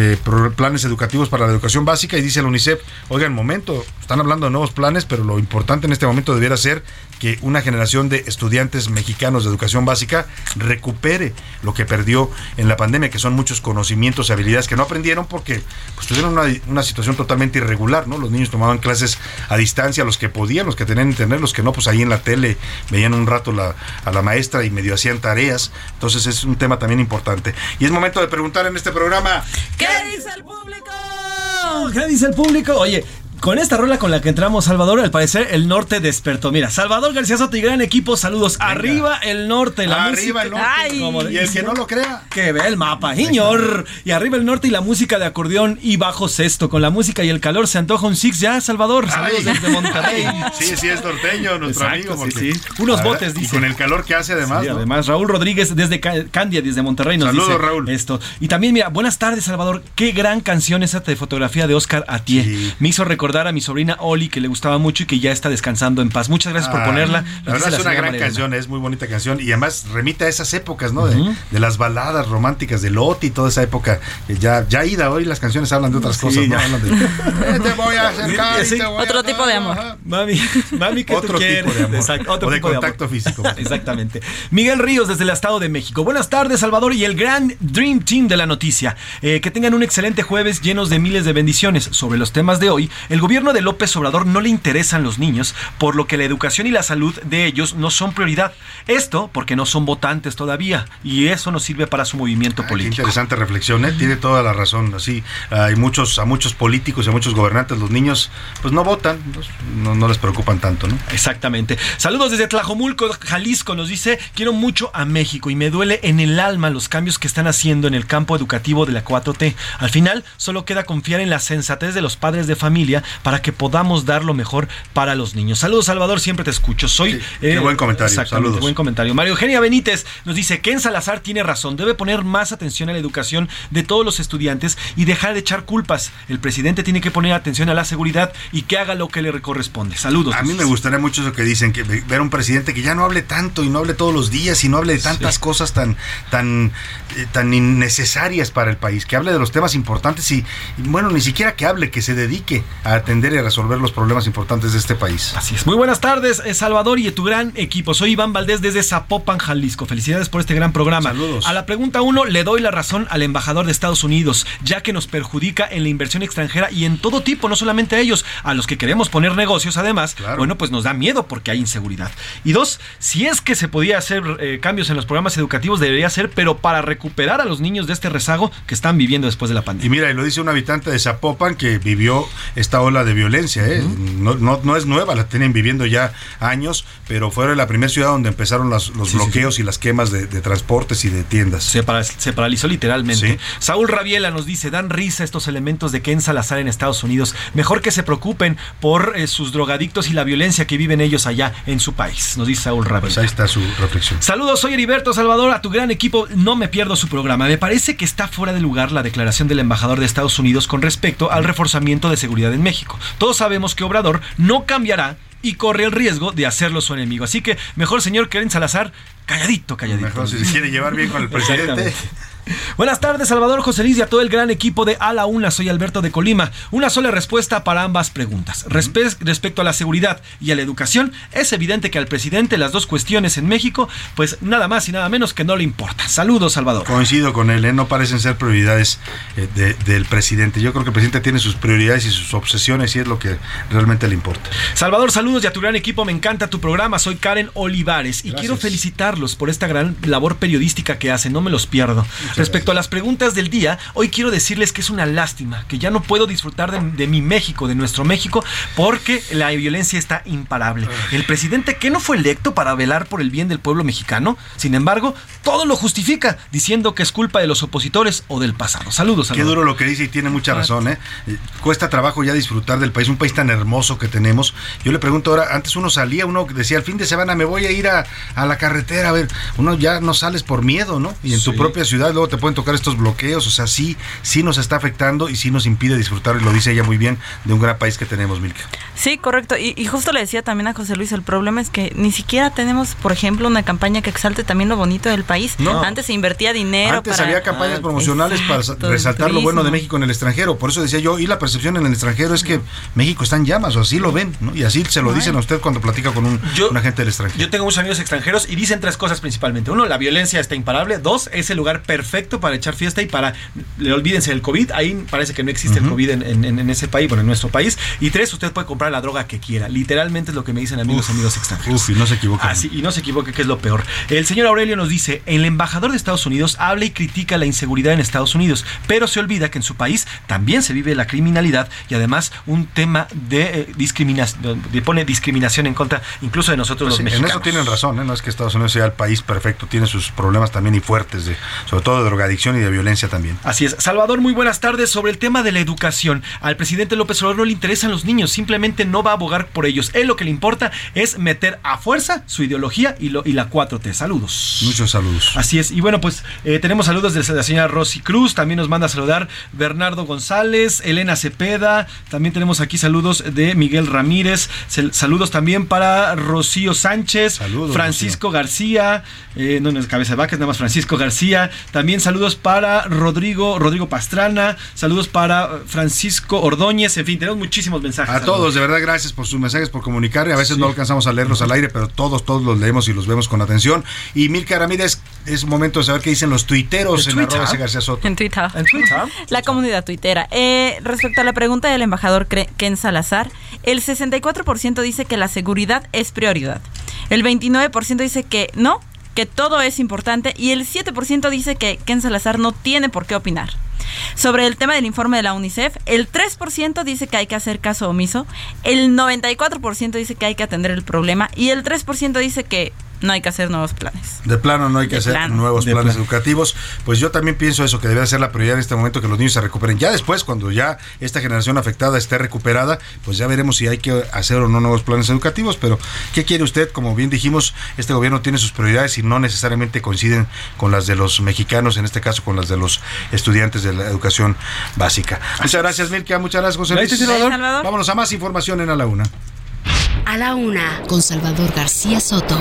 Speaker 4: planes educativos para la educación básica, y dice la UNICEF, oigan, momento, están hablando de nuevos planes, pero lo importante en este momento debiera ser que una generación de estudiantes mexicanos de educación básica recupere lo que perdió en la pandemia, que son muchos conocimientos y habilidades que no aprendieron porque pues tuvieron una situación totalmente irregular, ¿no? Los niños tomaban clases a distancia, los que podían, los que tenían internet, los que no, pues ahí en la tele veían un rato a la maestra y medio hacían tareas. Entonces es un tema también importante. Y es momento de preguntar en este programa,
Speaker 20: ¿qué dice el público?
Speaker 21: ¿Qué dice el público? Oye, con esta rola con la que entramos, Salvador, al parecer el norte despertó. Mira, Salvador García Soto y gran equipo, saludos. Venga. Arriba el norte, la
Speaker 4: arriba
Speaker 21: música.
Speaker 4: El norte. Y el que no lo crea,
Speaker 21: que vea el mapa, señor. Y arriba el norte y la música de acordeón y bajo sexto. Con la música y el calor se antoja un six ya, Salvador. Saludos desde Monterrey.
Speaker 4: Sí, es norteño, nuestro amigo.
Speaker 21: Porque, sí. Unos botes, dice.
Speaker 4: Y con el calor que hace además.
Speaker 21: Sí, ¿no? Además, Raúl Rodríguez desde Candia, desde Monterrey, nos
Speaker 4: saludos,
Speaker 21: dice
Speaker 4: Raúl.
Speaker 21: Esto. Y también, mira, buenas tardes, Salvador. Qué gran canción esa de fotografía de Oscar Atié. Sí. Me hizo recordar a mi sobrina Oli, que le gustaba mucho y que ya está descansando en paz. Muchas gracias por ponerla.
Speaker 4: La verdad es una gran canción, es muy bonita canción y además remite a esas épocas, ¿no? De las baladas románticas de Loti y toda esa época. Ya ida, hoy las canciones hablan de otras cosas, ¿no? Hablan de te voy a acercar,
Speaker 20: sí, otro tipo de amor.
Speaker 21: Mami, ¿qué
Speaker 4: otro
Speaker 21: tú quieres?
Speaker 4: Tipo de amor.
Speaker 21: Exacto, otro
Speaker 4: o de
Speaker 21: tipo
Speaker 4: contacto
Speaker 21: de
Speaker 4: físico.
Speaker 21: Exactamente. Miguel Ríos desde el Estado de México. Buenas tardes, Salvador, y el gran Dream Team de la noticia. Que tengan un excelente jueves llenos de miles de bendiciones. Sobre los temas de hoy, el gobierno de López Obrador no le interesan los niños, por lo que la educación y la salud de ellos no son prioridad. Esto porque no son votantes todavía y eso no sirve para su movimiento político.
Speaker 4: Qué interesante reflexión, tiene toda la razón. Así, a muchos políticos y a muchos gobernantes, los niños pues no votan, no les preocupan tanto, ¿no?
Speaker 21: Exactamente. Saludos desde Tlajomulco, Jalisco, nos dice, quiero mucho a México y me duele en el alma los cambios que están haciendo en el campo educativo de la 4T. Al final, solo queda confiar en la sensatez de los padres de familia para que podamos dar lo mejor para los niños. Saludos, Salvador, siempre te escucho.
Speaker 4: Qué buen comentario. Saludos.
Speaker 21: Buen comentario. María Eugenia Benítez nos dice, Ken Salazar tiene razón, debe poner más atención a la educación de todos los estudiantes y dejar de echar culpas. El presidente tiene que poner atención a la seguridad y que haga lo que le corresponde. Saludos.
Speaker 4: A mí me gustaría mucho eso que dicen, que ver un presidente que ya no hable tanto y no hable todos los días y no hable de tantas cosas tan innecesarias para el país, que hable de los temas importantes y bueno, ni siquiera que hable, que se dedique a atender y a resolver los problemas importantes de este país.
Speaker 21: Así es. Muy buenas tardes, Salvador, y tu gran equipo. Soy Iván Valdés desde Zapopan, Jalisco. Felicidades por este gran programa.
Speaker 4: Saludos.
Speaker 21: A la pregunta 1 le doy la razón al embajador de Estados Unidos, ya que nos perjudica en la inversión extranjera y en todo tipo, no solamente a ellos, a los que queremos poner negocios, además, claro. Bueno, pues nos da miedo porque hay inseguridad. Y 2, si es que se podía hacer cambios en los programas educativos, debería ser, pero para recuperar a los niños de este rezago que están viviendo después de la pandemia.
Speaker 4: Y mira, y lo dice un habitante de Zapopan que vivió esta ola de violencia, no es nueva, la tienen viviendo ya años, pero fue la primera ciudad donde empezaron los bloqueos y las quemas de transportes y de tiendas.
Speaker 21: Se paralizó literalmente.
Speaker 4: Sí.
Speaker 21: Saúl Rabiela nos dice, dan risa estos elementos de Ken Salazar en Estados Unidos. Mejor que se preocupen por sus drogadictos y la violencia que viven ellos allá en su país, nos dice Saúl Rabiela.
Speaker 4: Pues ahí está su reflexión.
Speaker 21: Saludos, soy Heriberto Salvador, a tu gran equipo, no me pierdo su programa. Me parece que está fuera de lugar la declaración del embajador de Estados Unidos con respecto al reforzamiento de seguridad en México. Todos sabemos que Obrador no cambiará y corre el riesgo de hacerlo su enemigo. Así que mejor, señor Ken Salazar, calladito.
Speaker 4: Mejor si se quiere llevar bien con el presidente.
Speaker 21: Buenas tardes, Salvador, José Luis y a todo el gran equipo de A la Una. Soy Alberto de Colima. Una sola respuesta para ambas preguntas. Respecto a la seguridad y a la educación, es evidente que al presidente las dos cuestiones en México, pues nada más y nada menos que no le importa. Saludos, Salvador.
Speaker 4: Coincido con él, no parecen ser prioridades del presidente. Yo creo que el presidente tiene sus prioridades y sus obsesiones y es lo que realmente le importa.
Speaker 21: Salvador, saludos y a tu gran equipo. Me encanta tu programa. Soy Karen Olivares y quiero felicitarlos por esta gran labor periodística que hacen. No me los pierdo. Respecto a las preguntas del día, hoy quiero decirles que es una lástima que ya no puedo disfrutar de mi México, de nuestro México, porque la violencia está imparable. El presidente que no fue electo para velar por el bien del pueblo mexicano, sin embargo, todo lo justifica, diciendo que es culpa de los opositores o del pasado. Saludos.
Speaker 4: Qué duro lo que dice y tiene mucha razón. Cuesta trabajo ya disfrutar del país, un país tan hermoso que tenemos. Yo le pregunto ahora, antes uno decía, el fin de semana me voy a ir a la carretera, a ver, uno ya no sales por miedo, ¿no? Y en tu propia ciudad, luego te pueden tocar estos bloqueos, o sea, sí nos está afectando y sí nos impide disfrutar, y lo dice ella muy bien, de un gran país que tenemos, Milka.
Speaker 20: Sí, correcto, y justo le decía también a José Luis, el problema es que ni siquiera tenemos, por ejemplo, una campaña que exalte también lo bonito del país. No. Antes se invertía dinero.
Speaker 4: Antes había campañas promocionales para resaltar lo bueno de México en el extranjero, por eso decía yo, y la percepción en el extranjero es que México está en llamas, o así lo ven, ¿no? Y así se lo dicen a usted cuando platica con un agente del extranjero.
Speaker 21: Yo tengo muchos amigos extranjeros y dicen 3 cosas principalmente. 1, la violencia está imparable. 2, es el lugar perfecto para echar fiesta y para, olvídense del COVID, ahí parece que no existe el COVID en ese país, bueno, en nuestro país. Y 3, usted puede comprar la droga que quiera. Literalmente es lo que me dicen amigos extranjeros.
Speaker 4: Y no se equivoquen.
Speaker 21: Así, y no se equivoque, que es lo peor. El señor Aurelio nos dice, el embajador de Estados Unidos habla y critica la inseguridad en Estados Unidos, pero se olvida que en su país también se vive la criminalidad y además un tema de discriminación, pone discriminación en contra incluso de nosotros los mexicanos.
Speaker 4: En eso tienen razón, no es que Estados Unidos sea el país perfecto, tiene sus problemas también y fuertes, sobre todo de drogadicción y de violencia también.
Speaker 21: Así es. Salvador, muy buenas tardes. Sobre el tema de la educación, al presidente López Obrador no le interesan los niños, simplemente no va a abogar por ellos. Él lo que le importa es meter a fuerza su ideología y la 4T. Saludos.
Speaker 4: Muchos saludos.
Speaker 21: Así es. Y bueno, pues tenemos saludos de la señora Rosy Cruz, también nos manda a saludar Bernardo González, Elena Cepeda, también tenemos aquí saludos de Miguel Ramírez, saludos también para Rocío Sánchez, saludos, Francisco Rocío García, no es Cabeza de Vaca, es nada más Francisco García, también saludos para Rodrigo Pastrana, saludos para Francisco Ordóñez, en fin, tenemos muchísimos mensajes.
Speaker 4: A todos, de verdad, gracias por sus mensajes, por comunicar, y a veces no alcanzamos a leerlos al aire, pero todos los leemos y los vemos con atención. Y Milka Ramírez, es momento de saber qué dicen los tuiteros en @García
Speaker 20: En Twitter. La comunidad tuitera. Respecto a la pregunta del embajador Ken Salazar, el 64% dice que la seguridad es prioridad. El 29% dice que no, que todo es importante, y el 7% dice que Ken Salazar no tiene por qué opinar. Sobre el tema del informe de la UNICEF, el 3% dice que hay que hacer caso omiso, el 94% dice que hay que atender el problema y el 3% dice que no hay que hacer nuevos planes.
Speaker 4: De plano no hay que hacer nuevos planes educativos. Pues yo también pienso eso, que debe ser la prioridad en este momento, que los niños se recuperen. Ya después, cuando ya esta generación afectada esté recuperada, pues ya veremos si hay que hacer o no nuevos planes educativos. Pero, ¿qué quiere usted? Como bien dijimos, este gobierno tiene sus prioridades y no necesariamente coinciden con las de los mexicanos, en este caso con las de los estudiantes de la educación básica. Muchas gracias, Milka. Muchas gracias, José Luis.
Speaker 20: Salvador.
Speaker 4: Vámonos a más información en A la Una.
Speaker 2: A la Una, con Salvador García Soto.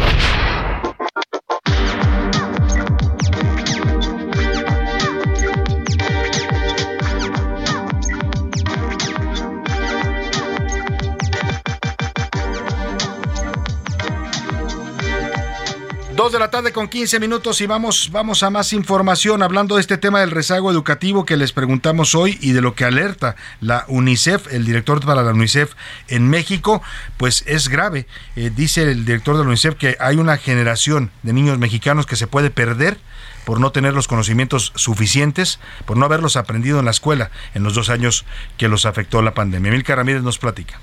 Speaker 4: De la tarde con 15 minutos y vamos a más información hablando de este tema del rezago educativo que les preguntamos hoy y de lo que alerta la UNICEF, el director para la UNICEF en México, pues es grave. Dice el director de la UNICEF que hay una generación de niños mexicanos que se puede perder por no tener los conocimientos suficientes, por no haberlos aprendido en la escuela en los 2 años que los afectó la pandemia. Milka Ramírez nos platica.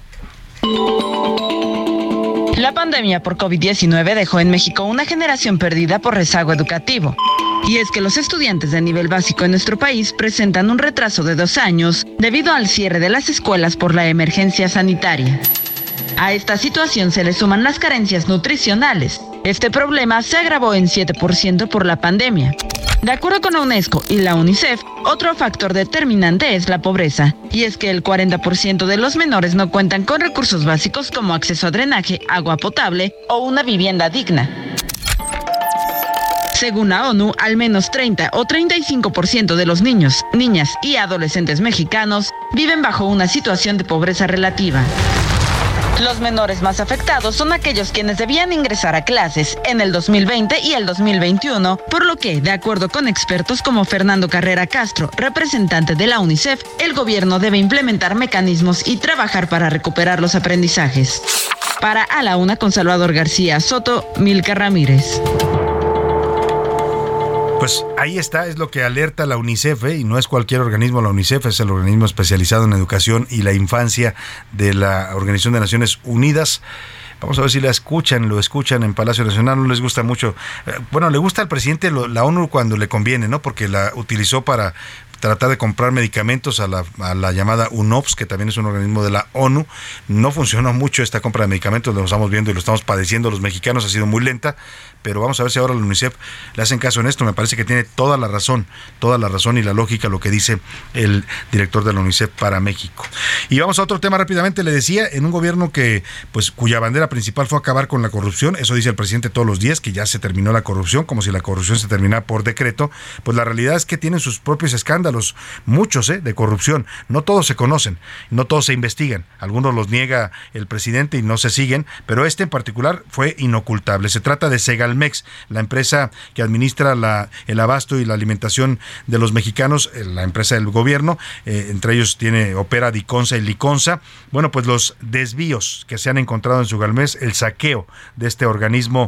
Speaker 1: La pandemia por COVID-19 dejó en México una generación perdida por rezago educativo. Y es que los estudiantes de nivel básico en nuestro país presentan un retraso de 2 años debido al cierre de las escuelas por la emergencia sanitaria. A esta situación se le suman las carencias nutricionales. Este problema se agravó en 7% por la pandemia. De acuerdo con la UNESCO y la UNICEF, otro factor determinante es la pobreza, y es que el 40% de los menores no cuentan con recursos básicos como acceso a drenaje, agua potable o una vivienda digna. Según la ONU, al menos 30 o 35% de los niños, niñas y adolescentes mexicanos viven bajo una situación de pobreza relativa. Los menores más afectados son aquellos quienes debían ingresar a clases en el 2020 y el 2021, por lo que, de acuerdo con expertos como Fernando Carrera Castro, representante de la UNICEF, el gobierno debe implementar mecanismos y trabajar para recuperar los aprendizajes. Para A la Una con Salvador García Soto, Milka Ramírez.
Speaker 4: Pues ahí está, es lo que alerta la UNICEF, y no es cualquier organismo, la UNICEF es el organismo especializado en educación y la infancia de la Organización de Naciones Unidas. Vamos a ver si lo escuchan en Palacio Nacional. No les gusta mucho. Bueno, le gusta al presidente la ONU cuando le conviene, ¿no? Porque la utilizó para tratar de comprar medicamentos a la llamada UNOPS, que también es un organismo de la ONU. No funcionó mucho esta compra de medicamentos, lo estamos viendo y lo estamos padeciendo los mexicanos, ha sido muy lenta, pero vamos a ver si ahora la UNICEF le hacen caso en esto. Me parece que tiene toda la razón y la lógica lo que dice el director de la UNICEF para México. Y vamos a otro tema rápidamente. Le decía, en un gobierno cuya bandera principal fue acabar con la corrupción, eso dice el presidente todos los días, que ya se terminó la corrupción, como si la corrupción se terminara por decreto, pues la realidad es que tienen sus propios escándalos, muchos de corrupción. No todos se conocen, no todos se investigan, algunos los niega el presidente y no se siguen, pero este en particular fue inocultable. Se trata de Segalmex, la empresa que administra el abasto y la alimentación de los mexicanos, la empresa del gobierno, entre ellos opera Diconsa y Liconsa. Bueno, pues los desvíos que se han encontrado en Segalmex, el saqueo de este organismo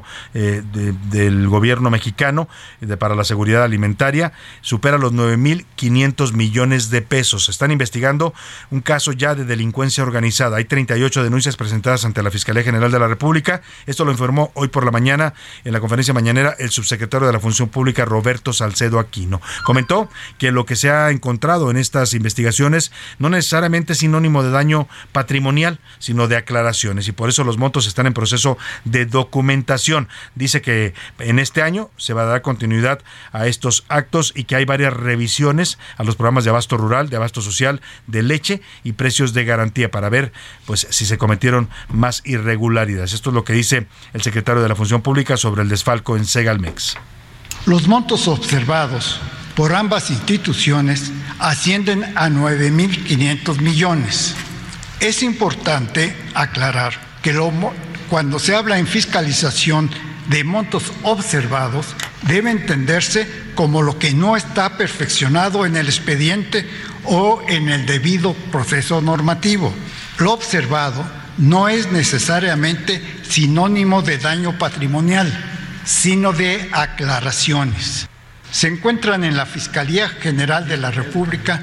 Speaker 4: del gobierno mexicano para la seguridad alimentaria, supera los 9,500 millones de pesos. Están investigando un caso ya de delincuencia organizada. Hay 38 denuncias presentadas ante la Fiscalía General de la República. Esto lo informó hoy por la mañana en la conferencia mañanera el subsecretario de la Función Pública, Roberto Salcedo Aquino. Comentó que lo que se ha encontrado en estas investigaciones no necesariamente es sinónimo de daño patrimonial, sino de aclaraciones, y por eso los montos están en proceso de documentación. Dice que en este año se va a dar continuidad a estos actos y que hay varias revisiones a los programas de abasto rural, de abasto social, de leche y precios de garantía para ver pues si se cometieron más irregularidades. Esto es lo que dice el secretario de la Función Pública sobre el desfalco en Segalmex.
Speaker 3: Los montos observados por ambas instituciones ascienden a 9,500 millones. Es importante aclarar que cuando se habla en fiscalización de montos observados, debe entenderse como lo que no está perfeccionado en el expediente o en el debido proceso normativo. Lo observado no es necesariamente sinónimo de daño patrimonial, sino de aclaraciones. Se encuentran en la Fiscalía General de la República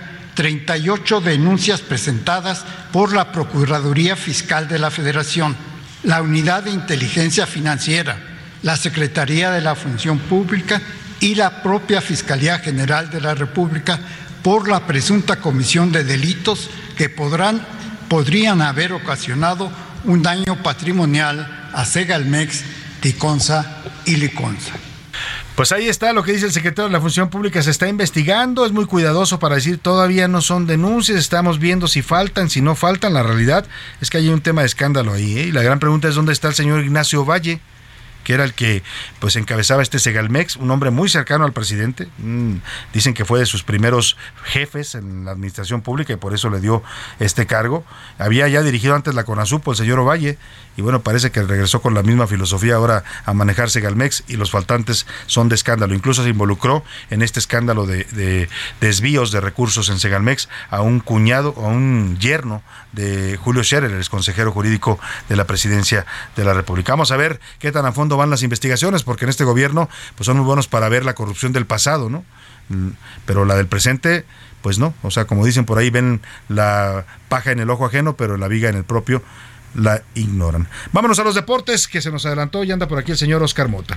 Speaker 3: 38 denuncias presentadas por la Procuraduría Fiscal de la Federación, la Unidad de Inteligencia Financiera, la Secretaría de la Función Pública y la propia Fiscalía General de la República por la presunta comisión de delitos que podrían haber ocasionado un daño patrimonial a Segalmex, Diconsa y Liconsa.
Speaker 4: Pues ahí está lo que dice el secretario de la Función Pública. Se está investigando, es muy cuidadoso para decir todavía no son denuncias, estamos viendo si faltan, si no faltan. La realidad es que hay un tema de escándalo ahí, y la gran pregunta es dónde está el señor Ignacio Valle, que era el que pues encabezaba este Segalmex, un hombre muy cercano al presidente. Dicen que fue de sus primeros jefes en la administración pública y por eso le dio este cargo. Había ya dirigido antes la CONASUPO el señor Ovalle, y bueno, parece que regresó con la misma filosofía ahora a manejar Segalmex, y los faltantes son de escándalo. Incluso se involucró en este escándalo de desvíos de recursos en Segalmex a un cuñado o a un yerno de Julio Scherer, el exconsejero jurídico de la Presidencia de la República. Vamos a ver qué tan a fondo van las investigaciones, porque en este gobierno pues son muy buenos para ver la corrupción del pasado, ¿no? Pero la del presente, pues no. O sea, como dicen por ahí, ven la paja en el ojo ajeno, pero la viga en el propio la ignoran. Vámonos a los deportes, que se nos adelantó y anda por aquí el señor Oscar Mota.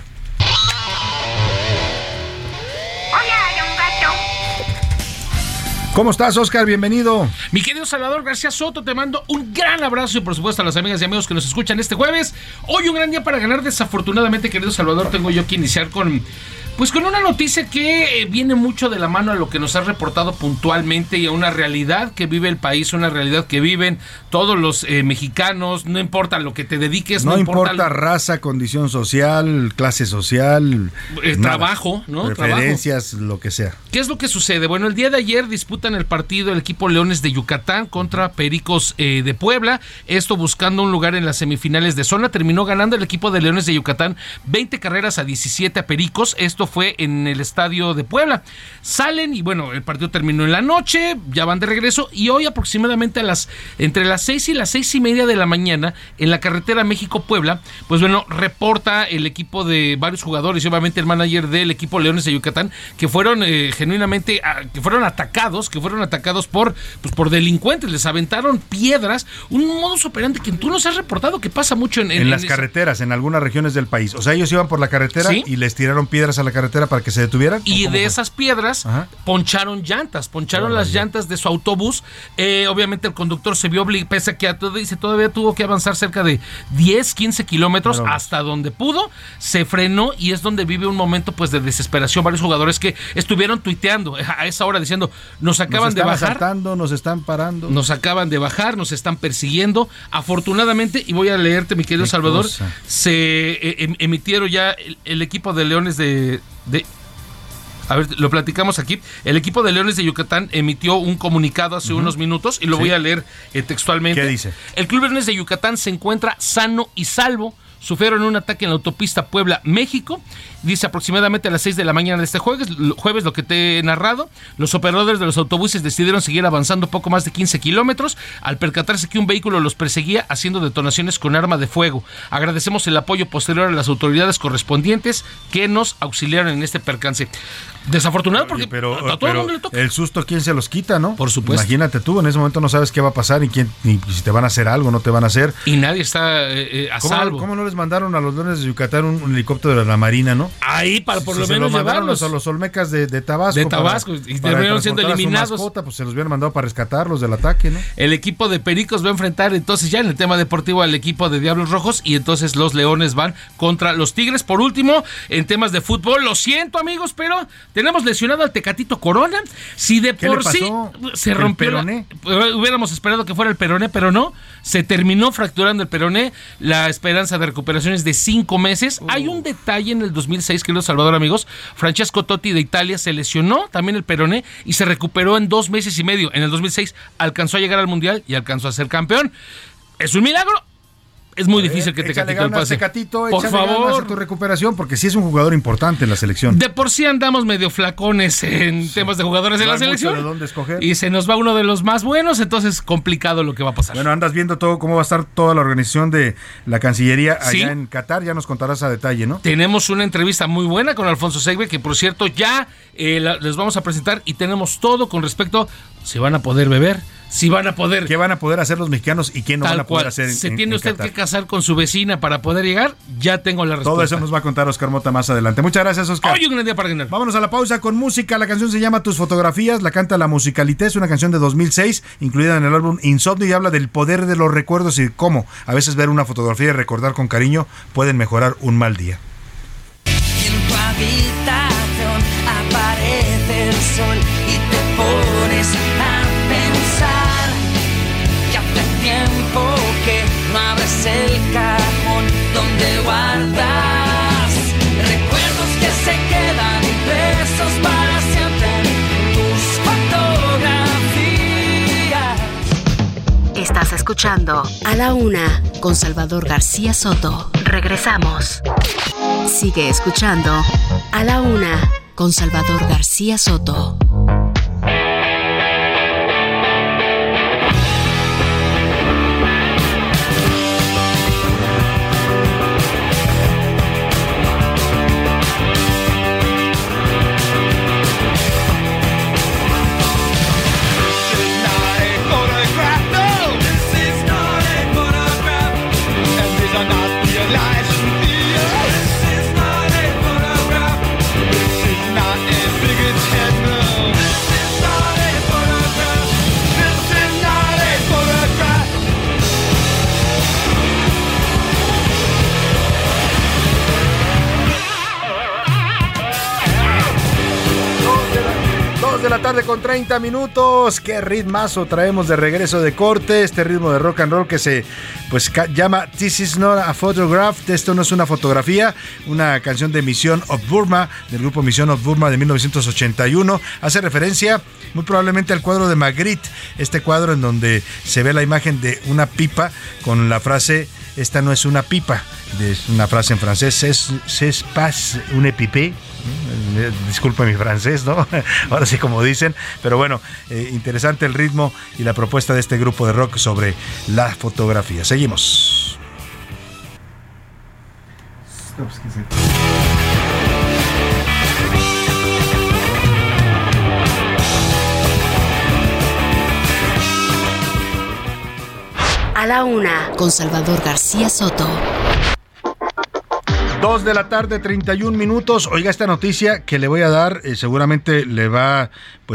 Speaker 4: ¿Cómo estás, Oscar? Bienvenido.
Speaker 22: Mi querido Salvador García Soto, te mando un gran abrazo y por supuesto a las amigas y amigos que nos escuchan este jueves. Hoy un gran día para ganar. Desafortunadamente, querido Salvador, tengo yo que iniciar con una noticia que viene mucho de la mano a lo que nos has reportado puntualmente y a una realidad que vive el país, una realidad que viven todos los mexicanos, no importa lo que te dediques.
Speaker 4: No importa raza, condición social, clase social,
Speaker 22: trabajo, ¿no?
Speaker 4: Preferencias, lo que sea.
Speaker 22: ¿Qué es lo que sucede? Bueno, el día de ayer disputan el partido el equipo Leones de Yucatán contra Pericos de Puebla, esto buscando un lugar en las semifinales de zona. Terminó ganando el equipo de Leones de Yucatán 20 carreras a 17 a Pericos, esto fue en el estadio de Puebla. Salen y bueno, el partido terminó en la noche, ya van de regreso, y hoy aproximadamente entre las 6 y las 6:30 de la mañana, en la carretera México-Puebla, pues bueno, reporta el equipo de varios jugadores y obviamente el manager del equipo Leones de Yucatán que fueron genuinamente, que fueron atacados por delincuentes, les aventaron piedras, un modus operandi que tú nos has reportado que pasa mucho en
Speaker 4: las carreteras, en algunas regiones del país. O sea, ellos iban por la carretera, ¿sí?, y les tiraron piedras a la carretera para que se detuvieran.
Speaker 22: Y de esas piedras poncharon las llantas de su autobús. Obviamente el conductor se vio obligado, pese a que todavía tuvo que avanzar cerca de 10, 15 kilómetros hasta donde pudo, se frenó y es donde vive un momento pues de desesperación. Varios jugadores que estuvieron tuiteando a esa hora diciendo, nos acaban de bajar.
Speaker 4: Asaltando, nos están parando.
Speaker 22: Nos acaban de bajar, nos están persiguiendo. Afortunadamente, y voy a leerte, mi querido Salvador, se emitieron ya el equipo de Leones de a ver, lo platicamos aquí. El equipo de Leones de Yucatán emitió un comunicado hace unos minutos y lo voy a leer textualmente.
Speaker 4: ¿Qué dice?
Speaker 22: El Club Leones de Yucatán se encuentra sano y salvo. Sufrieron un ataque en la autopista Puebla-México. Dice aproximadamente a las 6 de la mañana de este jueves, lo que te he narrado. Los operadores de los autobuses decidieron seguir avanzando poco más de 15 kilómetros al percatarse que un vehículo los perseguía haciendo detonaciones con arma de fuego. Agradecemos el apoyo posterior a las autoridades correspondientes que nos auxiliaron en este percance. Desafortunado porque a todo el mundo le toca.
Speaker 4: El susto, ¿quién se los quita, no?
Speaker 22: Por supuesto.
Speaker 4: Imagínate tú, en ese momento no sabes qué va a pasar ni si te van a hacer algo, no te van a hacer.
Speaker 22: Y nadie está a salvo.
Speaker 4: ¿Cómo no les mandaron a los Leones de Yucatán un helicóptero de la Marina, no?
Speaker 22: Ahí para por lo menos llevarlos
Speaker 4: a los Olmecas de Tabasco.
Speaker 22: De Tabasco, y terminaron siendo eliminados.
Speaker 4: Mascota, pues se los hubieran mandado para rescatarlos del ataque, ¿no?
Speaker 22: El equipo de Pericos va a enfrentar entonces ya en el tema deportivo al equipo de Diablos Rojos y entonces los Leones van contra los Tigres. Por último, en temas de fútbol, lo siento amigos, pero tenemos lesionado al Tecatito Corona. Si de por sí se rompió
Speaker 4: peroné,
Speaker 22: hubiéramos esperado que fuera el peroné, pero no, se terminó fracturando el peroné. La esperanza de recuperación es de 5 meses. Hay un detalle en el 2006, querido Salvador, amigos. Francesco Totti de Italia se lesionó también el peroné y se recuperó en 2 meses y medio. En el 2006 alcanzó a llegar al Mundial y alcanzó a ser campeón. Es un milagro. Es muy difícil que Tecatito el pase.
Speaker 4: Tecatito,
Speaker 22: por favor,
Speaker 4: a tu recuperación, porque sí es un jugador importante en la selección.
Speaker 22: De por sí andamos medio flacones en temas de jugadores en la selección.
Speaker 4: ¿De dónde escoger?
Speaker 22: Y se nos va uno de los más buenos, entonces complicado lo que va a pasar.
Speaker 4: Bueno, andas viendo todo cómo va a estar toda la organización de la Cancillería allá en Qatar, ya nos contarás a detalle, ¿no?
Speaker 22: Tenemos una entrevista muy buena con Alfonso Segbe, que por cierto ya les vamos a presentar y tenemos todo con respecto si van a poder beber, si van a poder...
Speaker 4: ¿Qué van a poder hacer los mexicanos y qué no van a poder hacer
Speaker 22: ¿Se tiene usted que casar con su vecina para poder llegar? Ya tengo la respuesta.
Speaker 4: Todo eso nos va a contar Oscar Mota más adelante. Muchas gracias, Oscar.
Speaker 22: Hoy un gran día para ganar.
Speaker 4: Vámonos a la pausa con música. La canción se llama Tus Fotografías, la canta La Musicalité, es una canción de 2006, incluida en el álbum Insomnio, y habla del poder de los recuerdos y cómo a veces ver una fotografía y recordar con cariño pueden mejorar un mal día.
Speaker 5: En tu habitación aparece el sol y te pones a pensar que hace tiempo que no abres el cajón donde guardas recuerdos que se quedan impresos para siempre en tus fotografías.
Speaker 2: Estás escuchando A la Una con Salvador García Soto. Regresamos. Sigue escuchando A la Una con Salvador García Soto.
Speaker 4: De la tarde con 30 minutos. Qué ritmazo traemos de regreso de corte. Este ritmo de rock and roll que se llama This Is Not a Photograph. Esto no es una fotografía. Una canción de Mission of Burma, del grupo Mission of Burma de 1981. Hace referencia muy probablemente al cuadro de Magritte. Este cuadro en donde se ve la imagen de una pipa con la frase "Esta no es una pipa". Es una frase en francés, c'est pas une pipe. Disculpe mi francés, ¿no? Ahora sí, como dicen. Pero bueno, interesante el ritmo y la propuesta de este grupo de rock sobre la fotografía. Seguimos.
Speaker 2: A la Una con Salvador García Soto.
Speaker 4: 2:31 p.m. Oiga, esta noticia que le voy a dar seguramente le va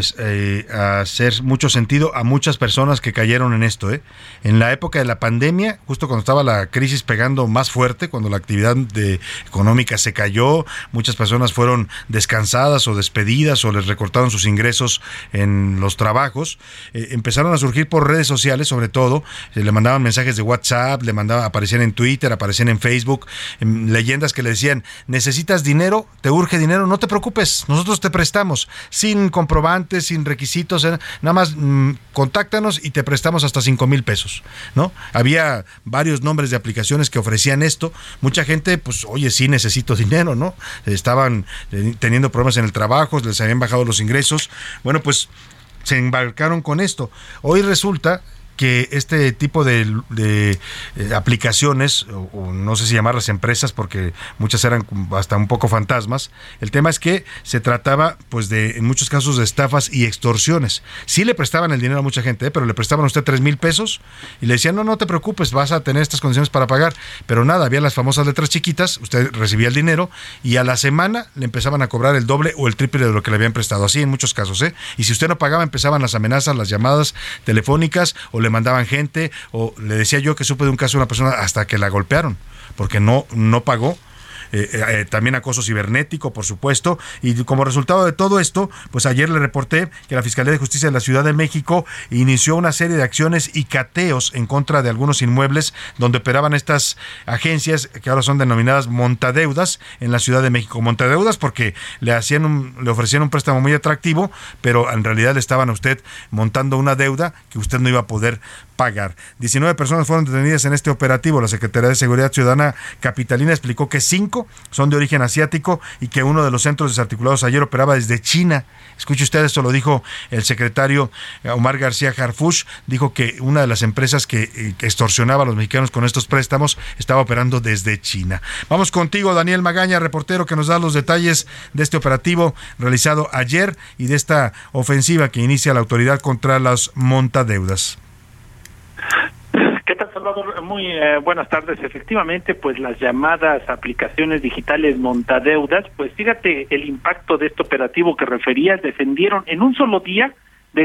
Speaker 4: a hacer mucho sentido a muchas personas que cayeron en esto. En la época de la pandemia, justo cuando estaba la crisis pegando más fuerte, cuando la actividad económica se cayó, muchas personas fueron descansadas o despedidas o les recortaron sus ingresos en los trabajos, empezaron a surgir por redes sociales, sobre todo, le mandaban mensajes de WhatsApp, aparecían en Twitter, aparecían en Facebook, leyendas que le decían: necesitas dinero, te urge dinero, no te preocupes, nosotros te prestamos, sin comprobantes, sin requisitos, nada más contáctanos y te prestamos hasta 5,000 pesos, ¿no? Había varios nombres de aplicaciones que ofrecían esto. Mucha gente, pues, oye, sí necesito dinero, ¿no? Estaban teniendo problemas en el trabajo, les habían bajado los ingresos. Bueno, pues se embarcaron con esto. Hoy resulta que este tipo de aplicaciones, o no sé si llamarlas empresas, porque muchas eran hasta un poco fantasmas, el tema es que se trataba, pues, en muchos casos, de estafas y extorsiones. Sí le prestaban el dinero a mucha gente, pero le prestaban a usted 3,000 pesos y le decían: no te preocupes, vas a tener estas condiciones para pagar. Pero nada, había las famosas letras chiquitas, usted recibía el dinero y a la semana le empezaban a cobrar el doble o el triple de lo que le habían prestado, así en muchos casos, Y si usted no pagaba, empezaban las amenazas, las llamadas telefónicas, o le mandaban gente, o le decía yo que supe de un caso de una persona hasta que la golpearon porque no pagó. También acoso cibernético, por supuesto, y como resultado de todo esto, pues ayer le reporté que la Fiscalía de Justicia de la Ciudad de México inició una serie de acciones y cateos en contra de algunos inmuebles donde operaban estas agencias que ahora son denominadas montadeudas en la Ciudad de México. Montadeudas porque le ofrecían un préstamo muy atractivo, pero en realidad le estaban a usted montando una deuda que usted no iba a poder pagar. 19 personas fueron detenidas en este operativo. La Secretaría de Seguridad Ciudadana capitalina explicó que 5 son de origen asiático y que uno de los centros desarticulados ayer operaba desde China. Escuche usted, esto lo dijo el secretario Omar García Harfuch, dijo que una de las empresas que extorsionaba a los mexicanos con estos préstamos estaba operando desde China. Vamos contigo, Daniel Magaña, reportero, que nos da los detalles de este operativo realizado ayer y de esta ofensiva que inicia la autoridad contra las montadeudas.
Speaker 16: ¿Qué tal, Salvador? Muy buenas tardes. Efectivamente, pues las llamadas aplicaciones digitales montadeudas, pues fíjate el impacto de este operativo que referías. Descendieron en un solo día de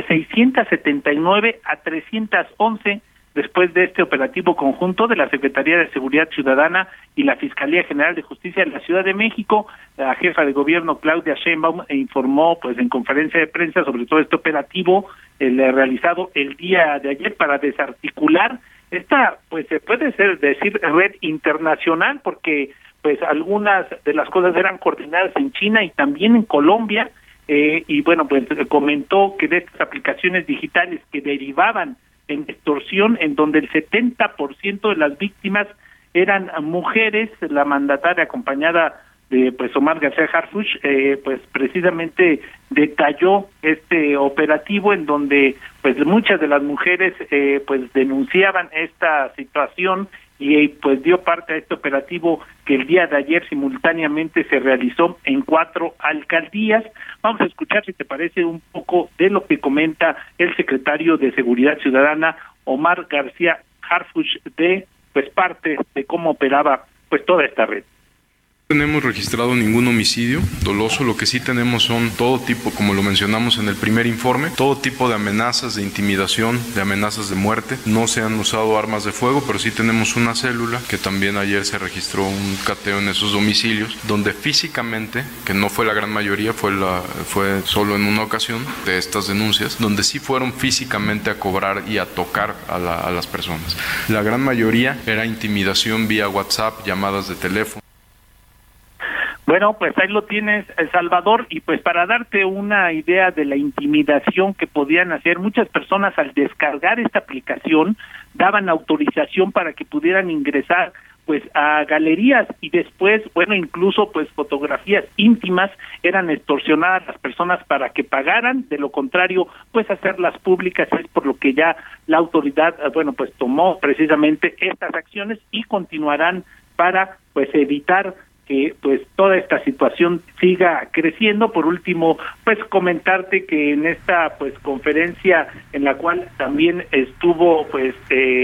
Speaker 16: 679 a 311 después de este operativo conjunto de la Secretaría de Seguridad Ciudadana y la Fiscalía General de Justicia de la Ciudad de México. La jefa de gobierno, Claudia Sheinbaum, informó pues en conferencia de prensa sobre todo este operativo realizado el día de ayer para desarticular esta, pues se puede decir red internacional, porque pues algunas de las cosas eran coordinadas en China y también en Colombia, y bueno, pues comentó que de estas aplicaciones digitales que derivaban en extorsión, en donde el 70% de las víctimas eran mujeres, la mandataria acompañada de pues Omar García Harfuch, pues precisamente detalló este operativo en donde pues muchas de las mujeres pues denunciaban esta situación y pues dio parte a este operativo que el día de ayer simultáneamente se realizó en 4 alcaldías. Vamos a escuchar, si te parece, un poco de lo que comenta el secretario de Seguridad Ciudadana, Omar García Harfuch, de pues parte de cómo operaba pues toda esta red.
Speaker 6: No tenemos registrado ningún homicidio doloso, lo que sí tenemos son todo tipo, como lo mencionamos en el primer informe, todo tipo de amenazas de intimidación, de amenazas de muerte. No se han usado armas de fuego, pero sí tenemos una célula que también ayer se registró un cateo en esos domicilios, donde físicamente, que no fue la gran mayoría, fue solo en una ocasión de estas denuncias, donde sí fueron físicamente a cobrar y a tocar a las personas. La gran mayoría era intimidación vía WhatsApp, llamadas de teléfono.
Speaker 16: Bueno, pues ahí lo tienes, Salvador, y pues para darte una idea de la intimidación que podían hacer, muchas personas al descargar esta aplicación daban autorización para que pudieran ingresar pues a galerías y después, bueno, incluso pues fotografías íntimas eran extorsionadas las personas para que pagaran, de lo contrario pues hacerlas públicas. Es por lo que ya la autoridad, bueno, pues tomó precisamente estas acciones y continuarán para pues evitar que pues toda esta situación siga creciendo. Por último, pues comentarte que en esta pues conferencia en la cual también estuvo pues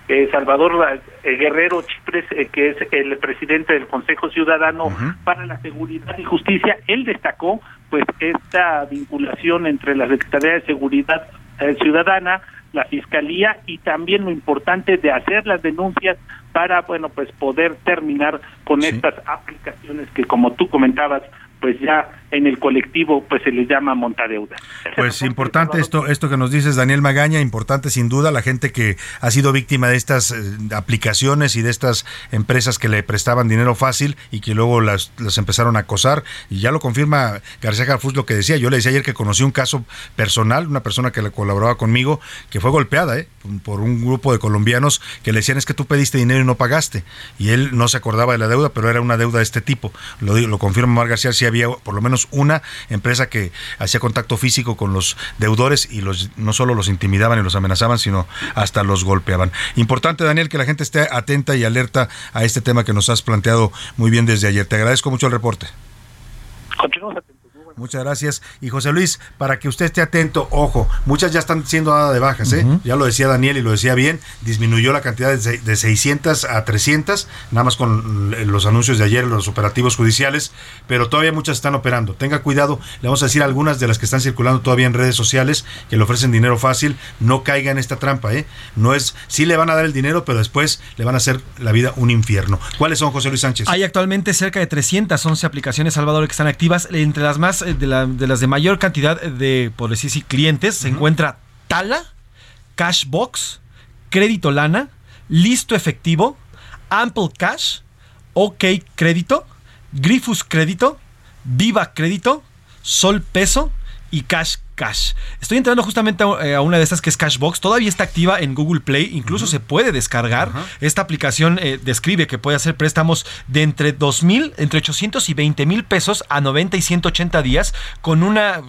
Speaker 18: Salvador Guerrero Chipres, que es el presidente del Consejo Ciudadano para la Seguridad y Justicia. Él destacó pues esta vinculación entre la Secretaría de Seguridad Ciudadana, la Fiscalía y también lo importante de hacer las denuncias para, bueno, pues poder terminar con estas aplicaciones que, como tú comentabas, pues ya en el colectivo pues se les llama montadeuda.
Speaker 4: Pues importante esto que nos dices, Daniel Magaña, importante sin duda, la gente que ha sido víctima de estas aplicaciones y de estas empresas que le prestaban dinero fácil y que luego las empezaron a acosar, y ya lo confirma García Harfuch lo que decía. Yo le decía ayer que conocí un caso personal, una persona que le colaboraba conmigo, que fue golpeada por un grupo de colombianos que le decían: es que tú pediste dinero y no pagaste, y él no se acordaba de la deuda, pero era una deuda de este tipo. Lo confirma Mar García, sí había por lo menos una empresa que hacía contacto físico con los deudores y no solo los intimidaban y los amenazaban, sino hasta los golpeaban. Importante, Daniel, que la gente esté atenta y alerta a este tema que nos has planteado muy bien desde ayer. Te agradezco mucho el reporte.
Speaker 18: Continuamos atentos.
Speaker 4: Muchas gracias. Y José Luis, para que usted esté atento, ojo, muchas ya están siendo dadas de bajas, ya lo decía Daniel y lo decía bien, disminuyó la cantidad de 600 a 300, nada más con los anuncios de ayer, los operativos judiciales, pero todavía muchas están operando. Tenga cuidado, le vamos a decir algunas de las que están circulando todavía en redes sociales, que le ofrecen dinero fácil. No caiga en esta trampa, no es, sí le van a dar el dinero, pero después le van a hacer la vida un infierno. ¿Cuáles son, José Luis Sánchez?
Speaker 21: Hay actualmente cerca de 311 aplicaciones, Salvador, que están activas. Entre las más de las de mayor cantidad de, por decir así, clientes, se encuentra Tala, Cashbox, Crédito Lana, Listo Efectivo, Ample Cash, OK Crédito, Grifus Crédito, Viva Crédito, Sol Peso y Cash. Estoy entrando justamente a una de estas, que es Cashbox. Todavía está activa en Google Play, incluso se puede descargar. Esta aplicación describe que puede hacer préstamos de entre 800 y 20,000 pesos a 90 y 180 días con una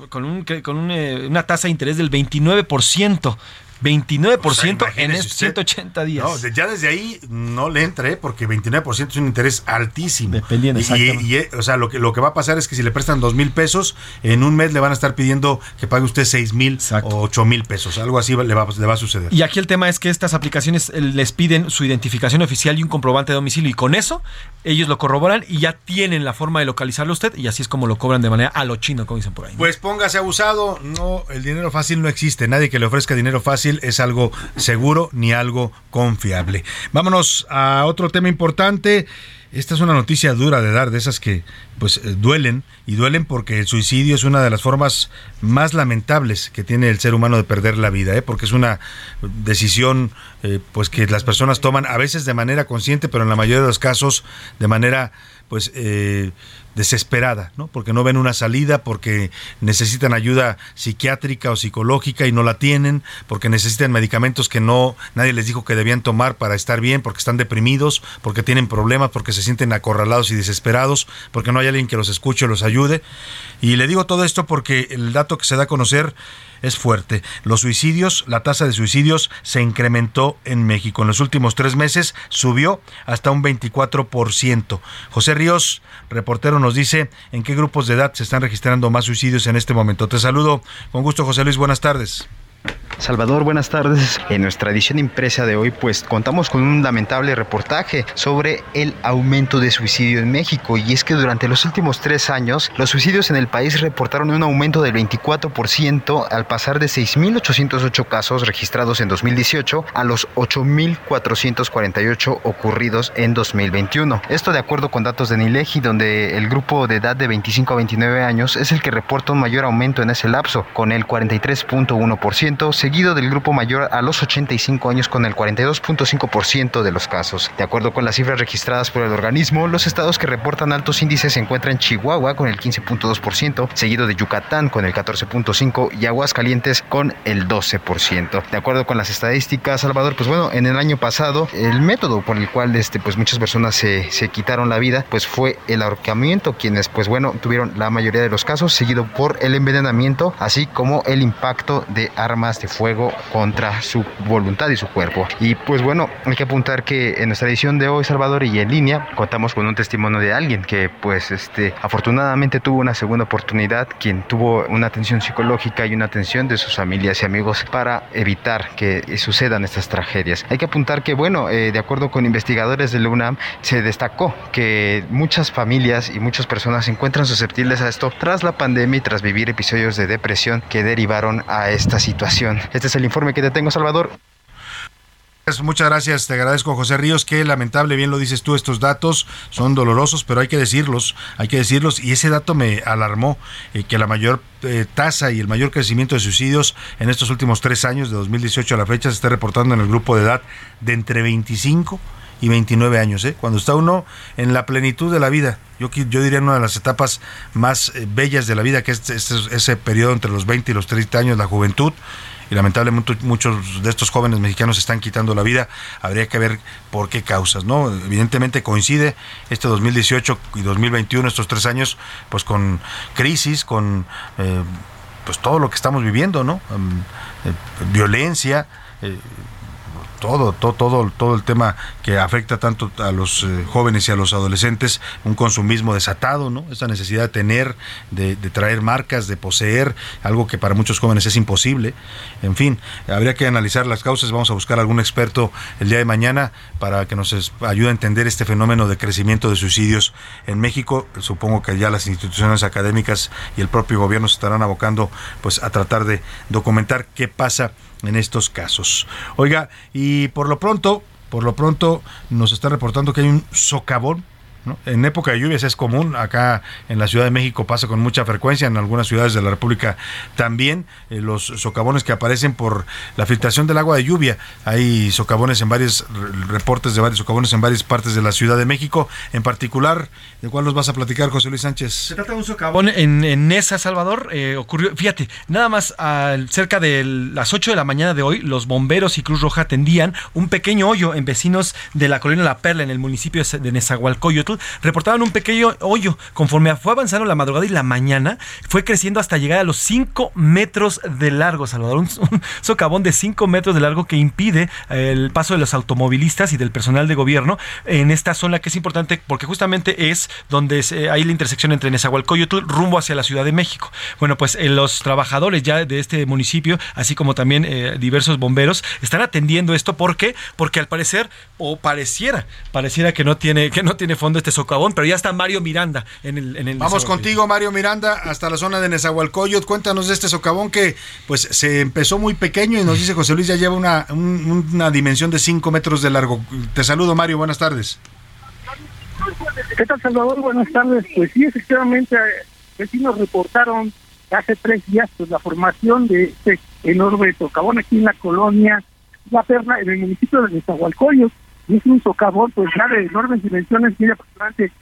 Speaker 21: tasa de interés del 29%. 29% en estos 180 días.
Speaker 4: No, ya desde ahí no le entre, porque 29% es un interés altísimo.
Speaker 21: Dependiendo, exactamente.
Speaker 4: O sea, lo que va a pasar es que si le prestan 2,000 pesos, en un mes le van a estar pidiendo que pague usted 6,000 o 8,000 pesos. Algo así le va a suceder.
Speaker 21: Y aquí el tema es que estas aplicaciones les piden su identificación oficial y un comprobante de domicilio, y con eso ellos lo corroboran y ya tienen la forma de localizarlo a usted, y así es como lo cobran de manera a lo chino, como dicen por ahí, ¿no?
Speaker 4: Pues póngase abusado. No, el dinero fácil no existe. Nadie que le ofrezca dinero fácil es algo seguro ni algo confiable. Vámonos a otro tema importante. Esta es una noticia dura de dar, de esas que pues duelen, y duelen porque el suicidio es una de las formas más lamentables que tiene el ser humano de perder la vida, porque es una decisión pues que las personas toman a veces de manera consciente, pero en la mayoría de los casos de manera pues desesperada, ¿no? Porque no ven una salida, porque necesitan ayuda psiquiátrica o psicológica y no la tienen, porque necesitan medicamentos que nadie les dijo que debían tomar para estar bien, porque están deprimidos, porque tienen problemas, porque se sienten acorralados y desesperados, porque no hay alguien que los escuche o los ayude. Y le digo todo esto porque el dato que se da a conocer es fuerte. Los suicidios, la tasa de suicidios se incrementó en México. En los últimos 3 meses subió hasta un 24%. José Ríos, reportero, nos dice en qué grupos de edad se están registrando más suicidios en este momento. Te saludo con gusto, José Luis. Buenas tardes.
Speaker 7: Salvador, buenas tardes. En nuestra edición impresa de hoy, pues contamos con un lamentable reportaje sobre el aumento de suicidio en México, y es que durante los últimos 3 años, los suicidios en el país reportaron un aumento del 24% al pasar de 6,808 casos registrados en 2018 a los 8,448 ocurridos en 2021. Esto de acuerdo con datos de INEGI, donde el grupo de edad de 25 a 29 años es el que reporta un mayor aumento en ese lapso, con el 43.1%, seguido del grupo mayor a los 85 años con el 42.5% de los casos. De acuerdo con las cifras registradas por el organismo, los estados que reportan altos índices se encuentran Chihuahua con el 15.2%, seguido de Yucatán con el 14.5% y Aguascalientes con el 12%. De acuerdo con las estadísticas, Salvador, pues bueno, en el año pasado el método por el cual pues muchas personas se quitaron la vida pues fue el ahorcamiento, quienes pues bueno tuvieron la mayoría de los casos, seguido por el envenenamiento, así como el impacto de armas de fuego fuego contra su voluntad y su cuerpo. Y pues bueno, hay que apuntar que en nuestra edición de hoy, Salvador, y en línea, contamos con un testimonio de alguien que pues afortunadamente tuvo una segunda oportunidad, quien tuvo una atención psicológica y una atención de sus familias y amigos para evitar que sucedan estas tragedias. Hay que apuntar que bueno, de acuerdo con investigadores de la UNAM, se destacó que muchas familias y muchas personas se encuentran susceptibles a esto tras la pandemia y tras vivir episodios de depresión que derivaron a esta situación. Este es el informe que te tengo, Salvador.
Speaker 4: Muchas gracias, te agradezco, José Ríos. Qué lamentable, bien lo dices tú, estos datos son dolorosos, pero hay que decirlos, y ese dato me alarmó, que la mayor tasa y el mayor crecimiento de suicidios en estos últimos 3 años, de 2018 a la fecha, se está reportando en el grupo de edad de entre 25 y 29 años, cuando está uno en la plenitud de la vida. Yo diría una de las etapas más bellas de la vida, que es ese periodo entre los 20 y los 30 años, la juventud. Y lamentablemente muchos de estos jóvenes mexicanos se están quitando la vida. Habría que ver por qué causas, ¿no? Evidentemente coincide este 2018 y 2021, estos 3 años, pues con crisis, con pues todo lo que estamos viviendo, ¿no? Violencia, todo el tema que afecta tanto a los jóvenes y a los adolescentes, un consumismo desatado, ¿no? Esa necesidad de tener, de traer marcas, de poseer, algo que para muchos jóvenes es imposible. En fin, habría que analizar las causas. Vamos a buscar a algún experto el día de mañana para que nos ayude a entender este fenómeno de crecimiento de suicidios en México. Supongo que ya las instituciones académicas y el propio gobierno se estarán abocando pues a tratar de documentar qué pasa en estos casos. Oiga, y por lo pronto nos está reportando que hay un socavón, ¿no? En época de lluvias es común, acá en la Ciudad de México pasa con mucha frecuencia, en algunas ciudades de la República también, los socavones que aparecen por la filtración del agua de lluvia. Hay socavones en varios reportes de varios socavones en varias partes de la Ciudad de México. En particular, ¿de cuál nos vas a platicar, José Luis Sánchez?
Speaker 21: Se trata de un socavón en Nesa, Salvador. Ocurrió, fíjate, nada más cerca de las 8 de la mañana de hoy, los bomberos y Cruz Roja atendían un pequeño hoyo en vecinos de la colonia La Perla, en el municipio de Nezahualcóyotl. Reportaban un pequeño hoyo. Conforme fue avanzando la madrugada y la mañana, fue creciendo hasta llegar a los 5 metros de largo, Salvador. Un socavón de 5 metros de largo que impide el paso de los automovilistas y del personal de gobierno en esta zona, que es importante porque justamente es donde hay la intersección entre Nezahualcóyotl rumbo hacia la Ciudad de México. Bueno, pues los trabajadores ya de este municipio, así como también diversos bomberos, están atendiendo esto. ¿Por qué? Porque al parecer, o pareciera que no tiene fondo este socavón, pero ya está Mario Miranda en el
Speaker 4: Vamos contigo, Mario Miranda, hasta la zona de Nezahualcóyotl. Cuéntanos de este socavón que pues se empezó muy pequeño y nos dice José Luis ya lleva una dimensión de 5 metros de largo. Te saludo, Mario, buenas tardes.
Speaker 8: ¿Qué tal, Salvador? Buenas tardes. Pues sí, efectivamente, vecinos reportaron hace 3 días pues la formación de este enorme socavón aquí en la colonia La Perla, en el municipio de Nezahualcóyotl. Y es un socavón pues ya de enormes dimensiones, tiene aproximadamente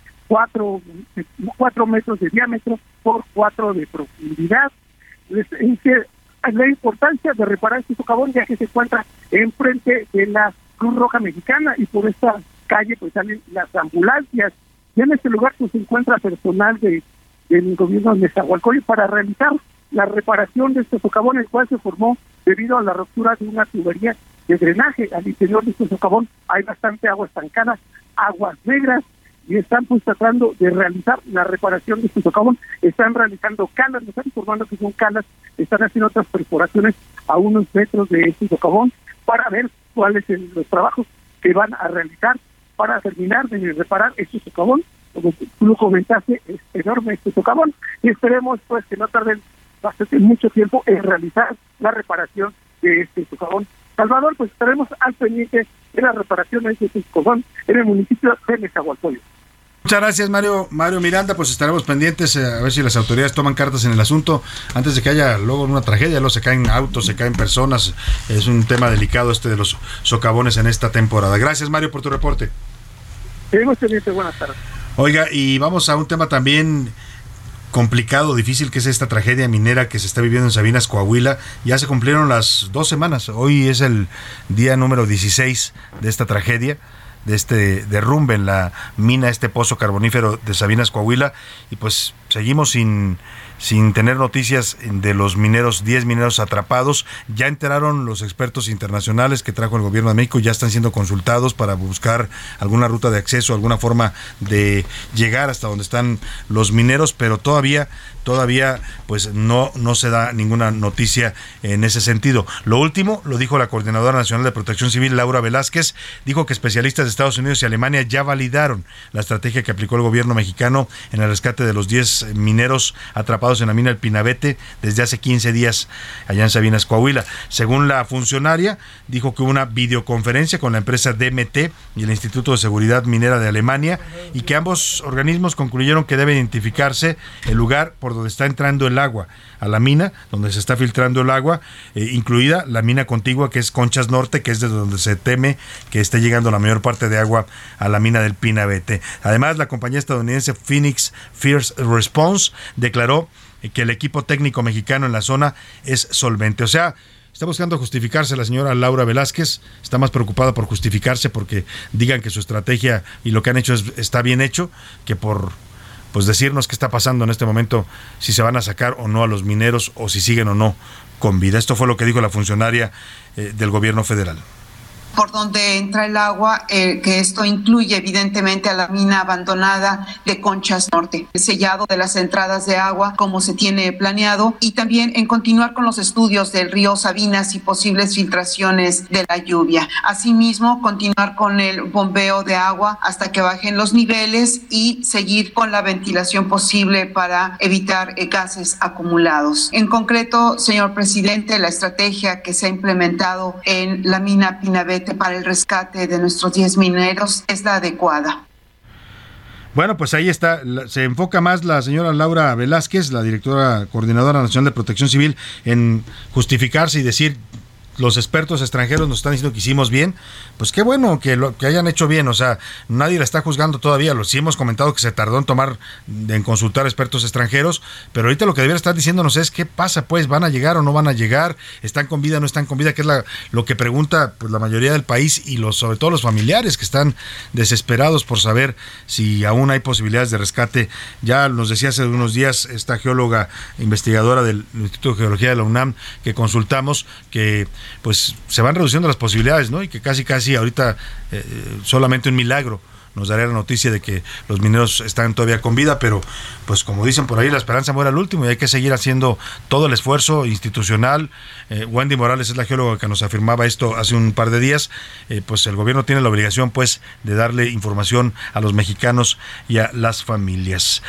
Speaker 8: 4 metros de diámetro por 4 de profundidad. La importancia de reparar este socavón, ya que se encuentra enfrente de la Cruz Roja Mexicana, y por esta calle pues salen las ambulancias, y en este lugar pues se encuentra personal del gobierno de Nezahualcóyotl para realizar la reparación de este socavón, el cual se formó debido a la ruptura de una tubería de drenaje. Al interior de este socavón hay bastante agua estancada, aguas negras, y están pues tratando de realizar la reparación de este socavón. Están realizando calas, nos están informando que son calas, están haciendo otras perforaciones a unos metros de este socavón para ver cuáles son los trabajos que van a realizar para terminar de reparar este socavón. Como tú lo comentaste, es enorme este socavón, y esperemos pues que no tarden bastante mucho tiempo en realizar la reparación de este socavón. Salvador, pues estaremos al pendiente de la reparación de este socavón en el municipio de Nezahualcóyotl.
Speaker 4: Muchas gracias, Mario Miranda. Pues estaremos pendientes a ver si las autoridades toman cartas en el asunto antes de que haya luego una tragedia. Luego se caen autos, se caen personas. Es un tema delicado de los socavones en esta temporada. Gracias, Mario, por tu reporte.
Speaker 8: Seguimos pendientes, buenas tardes.
Speaker 4: Oiga, y vamos a un tema también complicado, difícil, que es esta tragedia minera que se está viviendo en Sabinas, Coahuila. Ya se cumplieron las 2 semanas. Hoy es el día número 16 de esta tragedia, de este derrumbe en la mina, este pozo carbonífero de Sabinas, Coahuila, y pues seguimos sin sin tener noticias de los mineros, 10 mineros atrapados. Ya enteraron los expertos internacionales que trajo el gobierno de México, ya están siendo consultados para buscar alguna ruta de acceso, alguna forma de llegar hasta donde están los mineros, pero todavía pues no se da ninguna noticia en ese sentido. Lo último lo dijo la Coordinadora Nacional de Protección Civil, Laura Velázquez, dijo que especialistas de Estados Unidos y Alemania ya validaron la estrategia que aplicó el gobierno mexicano en el rescate de los 10 mineros atrapados en la mina El Pinabete desde hace 15 días allá en Sabinas, Coahuila. Según la funcionaria, dijo que hubo una videoconferencia con la empresa DMT y el Instituto de Seguridad Minera de Alemania y que ambos organismos concluyeron que debe identificarse el lugar por donde está entrando el agua a la mina, donde se está filtrando el agua, incluida la mina contigua que es Conchas Norte, que es de donde se teme que esté llegando la mayor parte de agua a la mina del Pinabete. Además, la compañía estadounidense Phoenix First Response declaró que el equipo técnico mexicano en la zona es solvente. O sea, está buscando justificarse la señora Laura Velázquez, está más preocupada por justificarse porque digan que su estrategia y lo que han hecho está bien hecho, que por pues decirnos qué está pasando en este momento, si se van a sacar o no a los mineros o si siguen o no con vida. Esto fue lo que dijo la funcionaria del gobierno federal.
Speaker 9: Por donde entra el agua, que esto incluye evidentemente a la mina abandonada de Conchas Norte, el sellado de las entradas de agua como se tiene planeado y también en continuar con los estudios del río Sabinas y posibles filtraciones de la lluvia. Asimismo, continuar con el bombeo de agua hasta que bajen los niveles y seguir con la ventilación posible para evitar gases acumulados. En concreto, señor presidente, la estrategia que se ha implementado en la mina Pinabete para el rescate de nuestros 10 mineros es la adecuada.
Speaker 4: Bueno, pues ahí está, se enfoca más la señora Laura Velázquez, la directora coordinadora nacional de Protección Civil, en justificarse y decir: los expertos extranjeros nos están diciendo que hicimos bien. Pues qué bueno que hayan hecho bien, o sea, nadie la está juzgando todavía. Sí hemos comentado que se tardó en consultar expertos extranjeros, pero ahorita lo que debería estar diciéndonos es qué pasa, pues, ¿van a llegar o no van a llegar? ¿Están con vida o no están con vida? Que es lo que pregunta pues la mayoría del país y sobre todo los familiares que están desesperados por saber si aún hay posibilidades de rescate. Ya nos decía hace unos días esta geóloga investigadora del Instituto de Geología de la UNAM que consultamos que pues se van reduciendo las posibilidades, ¿no? Y que casi ahorita solamente un milagro nos daría la noticia de que los mineros están todavía con vida, pero pues como dicen por ahí, la esperanza muere al último y hay que seguir haciendo todo el esfuerzo institucional. Wendy Morales es la geóloga que nos afirmaba esto hace un par de días. Pues el gobierno tiene la obligación pues de darle información a los mexicanos y a las familias.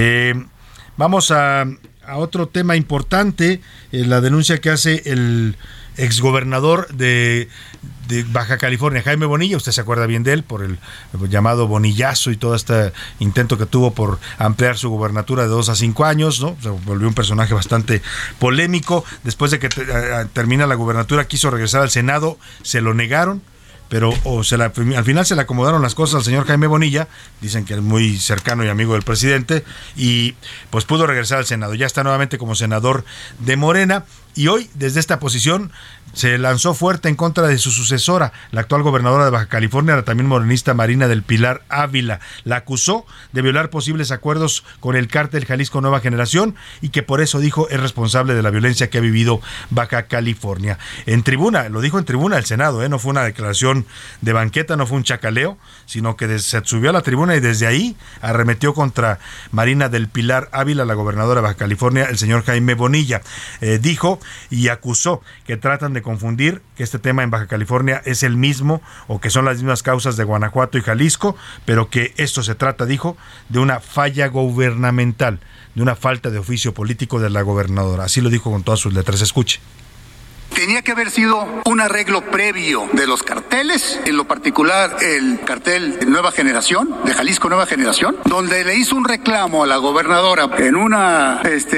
Speaker 4: Vamos a otro tema importante, la denuncia que hace el exgobernador de Baja California, Jaime Bonilla. Usted se acuerda bien de él por el llamado bonillazo y todo este intento que tuvo por ampliar su gobernatura de 2 a 5 años, ¿no? Se volvió un personaje bastante polémico. Después de que termina la gobernatura quiso regresar al Senado, se lo negaron, pero al final se le acomodaron las cosas al señor Jaime Bonilla, dicen que es muy cercano y amigo del presidente, y pues pudo regresar al Senado. Ya está nuevamente como senador de Morena, y hoy desde esta posición se lanzó fuerte en contra de su sucesora, la actual gobernadora de Baja California, la también morenista Marina del Pilar Ávila. La acusó de violar posibles acuerdos con el cártel Jalisco Nueva Generación y que por eso, dijo, es responsable de la violencia que ha vivido Baja California. Lo dijo en tribuna del Senado, no fue una declaración de banqueta, no fue un chacaleo, sino que se subió a la tribuna y desde ahí arremetió contra Marina del Pilar Ávila, la gobernadora de Baja California, el señor Jaime Bonilla. Dijo y acusó que tratan de confundir que este tema en Baja California es el mismo o que son las mismas causas de Guanajuato y Jalisco, pero que esto se trata, dijo, de una falla gubernamental, de una falta de oficio político de la gobernadora. Así lo dijo con todas sus letras. Escuche.
Speaker 10: Tenía que haber sido un arreglo previo de los carteles, en lo particular el cartel de Nueva Generación, de Jalisco Nueva Generación, donde le hizo un reclamo a la gobernadora en una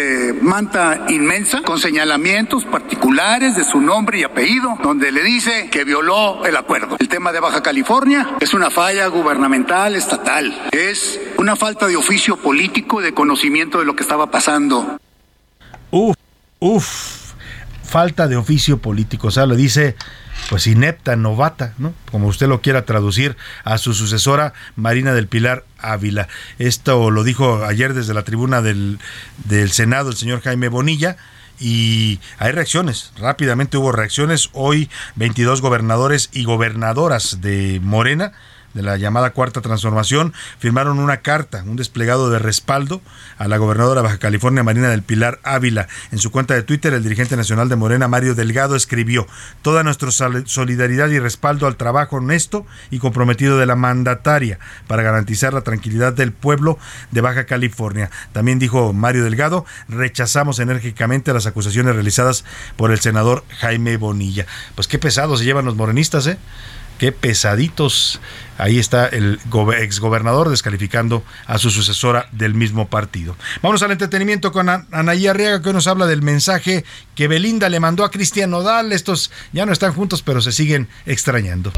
Speaker 10: manta inmensa con señalamientos particulares de su nombre y apellido, donde le dice que violó el acuerdo. El tema de Baja California es una falla gubernamental estatal, es una falta de oficio político, de conocimiento de lo que estaba pasando.
Speaker 4: Falta de oficio político, o sea, lo dice pues inepta, novata, ¿no? Como usted lo quiera traducir, a su sucesora Marina del Pilar Ávila. Esto lo dijo ayer desde la tribuna del Senado el señor Jaime Bonilla. Y hay reacciones, rápidamente hubo reacciones. Hoy 22 gobernadores y gobernadoras de Morena, de la llamada Cuarta Transformación, firmaron una carta, un desplegado de respaldo a la gobernadora de Baja California, Marina del Pilar Ávila. En su cuenta de Twitter, el dirigente nacional de Morena, Mario Delgado, escribió: toda nuestra solidaridad y respaldo al trabajo honesto y comprometido de la mandataria para garantizar la tranquilidad del pueblo de Baja California. También dijo Mario Delgado: rechazamos enérgicamente las acusaciones realizadas por el senador Jaime Bonilla. Pues qué pesados se llevan los morenistas, ¿eh? Qué pesaditos. Ahí está el exgobernador descalificando a su sucesora del mismo partido. Vamos al entretenimiento con Anaí Arriaga, que hoy nos habla del mensaje que Belinda le mandó a Cristian Nodal. Estos ya no están juntos, pero se siguen extrañando.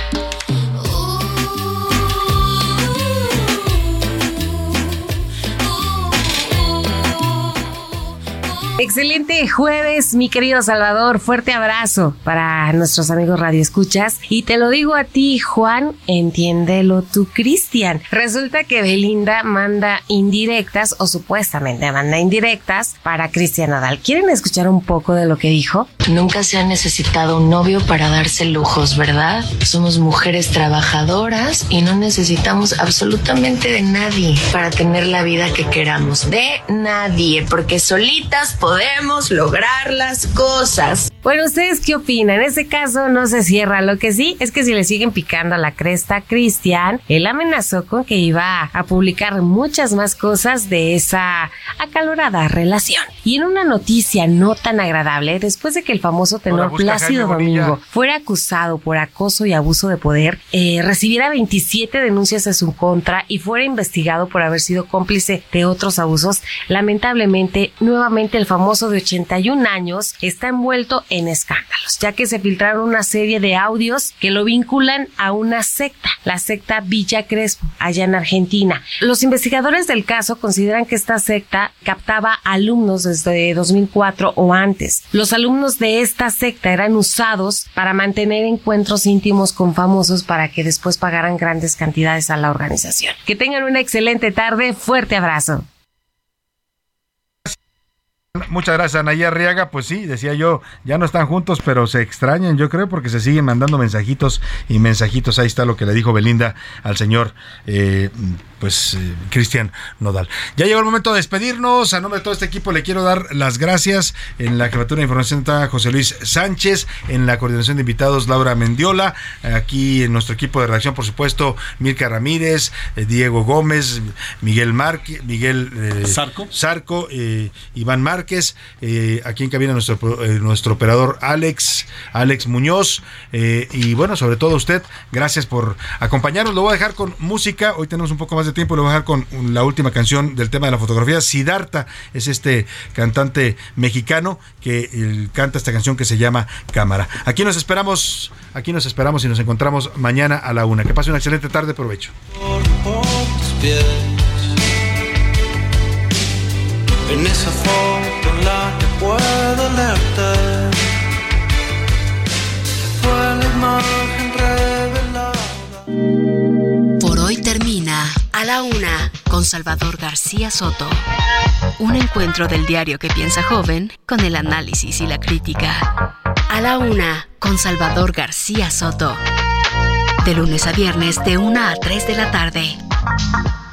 Speaker 11: Excelente jueves, mi querido Salvador. Fuerte abrazo para nuestros amigos radioescuchas. Y te lo digo a ti, Juan, entiéndelo tú, Cristian. Resulta que Belinda manda indirectas, o supuestamente manda indirectas, para Cristian Nodal. ¿Quieren escuchar un poco de lo que dijo?
Speaker 12: Nunca se ha necesitado un novio para darse lujos, ¿verdad? Somos mujeres trabajadoras y no necesitamos absolutamente de nadie para tener la vida que queramos. De nadie, porque solitas podemos lograr las cosas.
Speaker 11: Bueno, ¿ustedes qué opinan? En este caso no se cierra. Lo que sí es que si le siguen picando a la cresta a Cristian, él amenazó con que iba a publicar muchas más cosas de esa acalorada relación. Y en una noticia no tan agradable, después de que el famoso tenor Plácido Domingo fuera acusado por acoso y abuso de poder, recibiera 27 denuncias a su contra y fuera investigado por haber sido cómplice de otros abusos, lamentablemente, nuevamente el famoso de 81 años está envuelto en escándalos, ya que se filtraron una serie de audios que lo vinculan a una secta, la secta Villa Crespo, allá en Argentina. Los investigadores del caso consideran que esta secta captaba alumnos desde 2004 o antes. Los alumnos de esta secta eran usados para mantener encuentros íntimos con famosos para que después pagaran grandes cantidades a la organización. Que tengan una excelente tarde, fuerte abrazo.
Speaker 4: Muchas gracias, Anaí Arriaga. Pues sí, decía yo, ya no están juntos, pero se extrañan, yo creo, porque se siguen mandando mensajitos y mensajitos. Ahí está lo que le dijo Belinda al señor Cristian Nodal. Ya llegó el momento de despedirnos. A nombre de todo este equipo le quiero dar las gracias. En la jefatura de información está José Luis Sánchez, en la coordinación de invitados Laura Mendiola, aquí en nuestro equipo de redacción, por supuesto, Mirka Ramírez, Diego Gómez, Miguel Zarco, Iván Márquez, aquí en cabina nuestro operador Alex Muñoz, y bueno, sobre todo usted, gracias por acompañarnos. Lo voy a dejar con música. Hoy tenemos un poco más de tiempo. Lo voy a dejar con la última canción del tema de la fotografía. Siddhartha es este cantante mexicano que canta esta canción que se llama Cámara. Aquí nos esperamos y nos encontramos mañana a la 1:00. Que pase una excelente tarde, provecho.
Speaker 5: En esa foto en la que puedo leerte fue la imagen revelada.
Speaker 2: Por hoy termina A la 1:00 con Salvador García Soto. Un encuentro del diario que piensa joven con el análisis y la crítica. A la 1:00 con Salvador García Soto. De lunes a viernes de 1 a 3 de la tarde.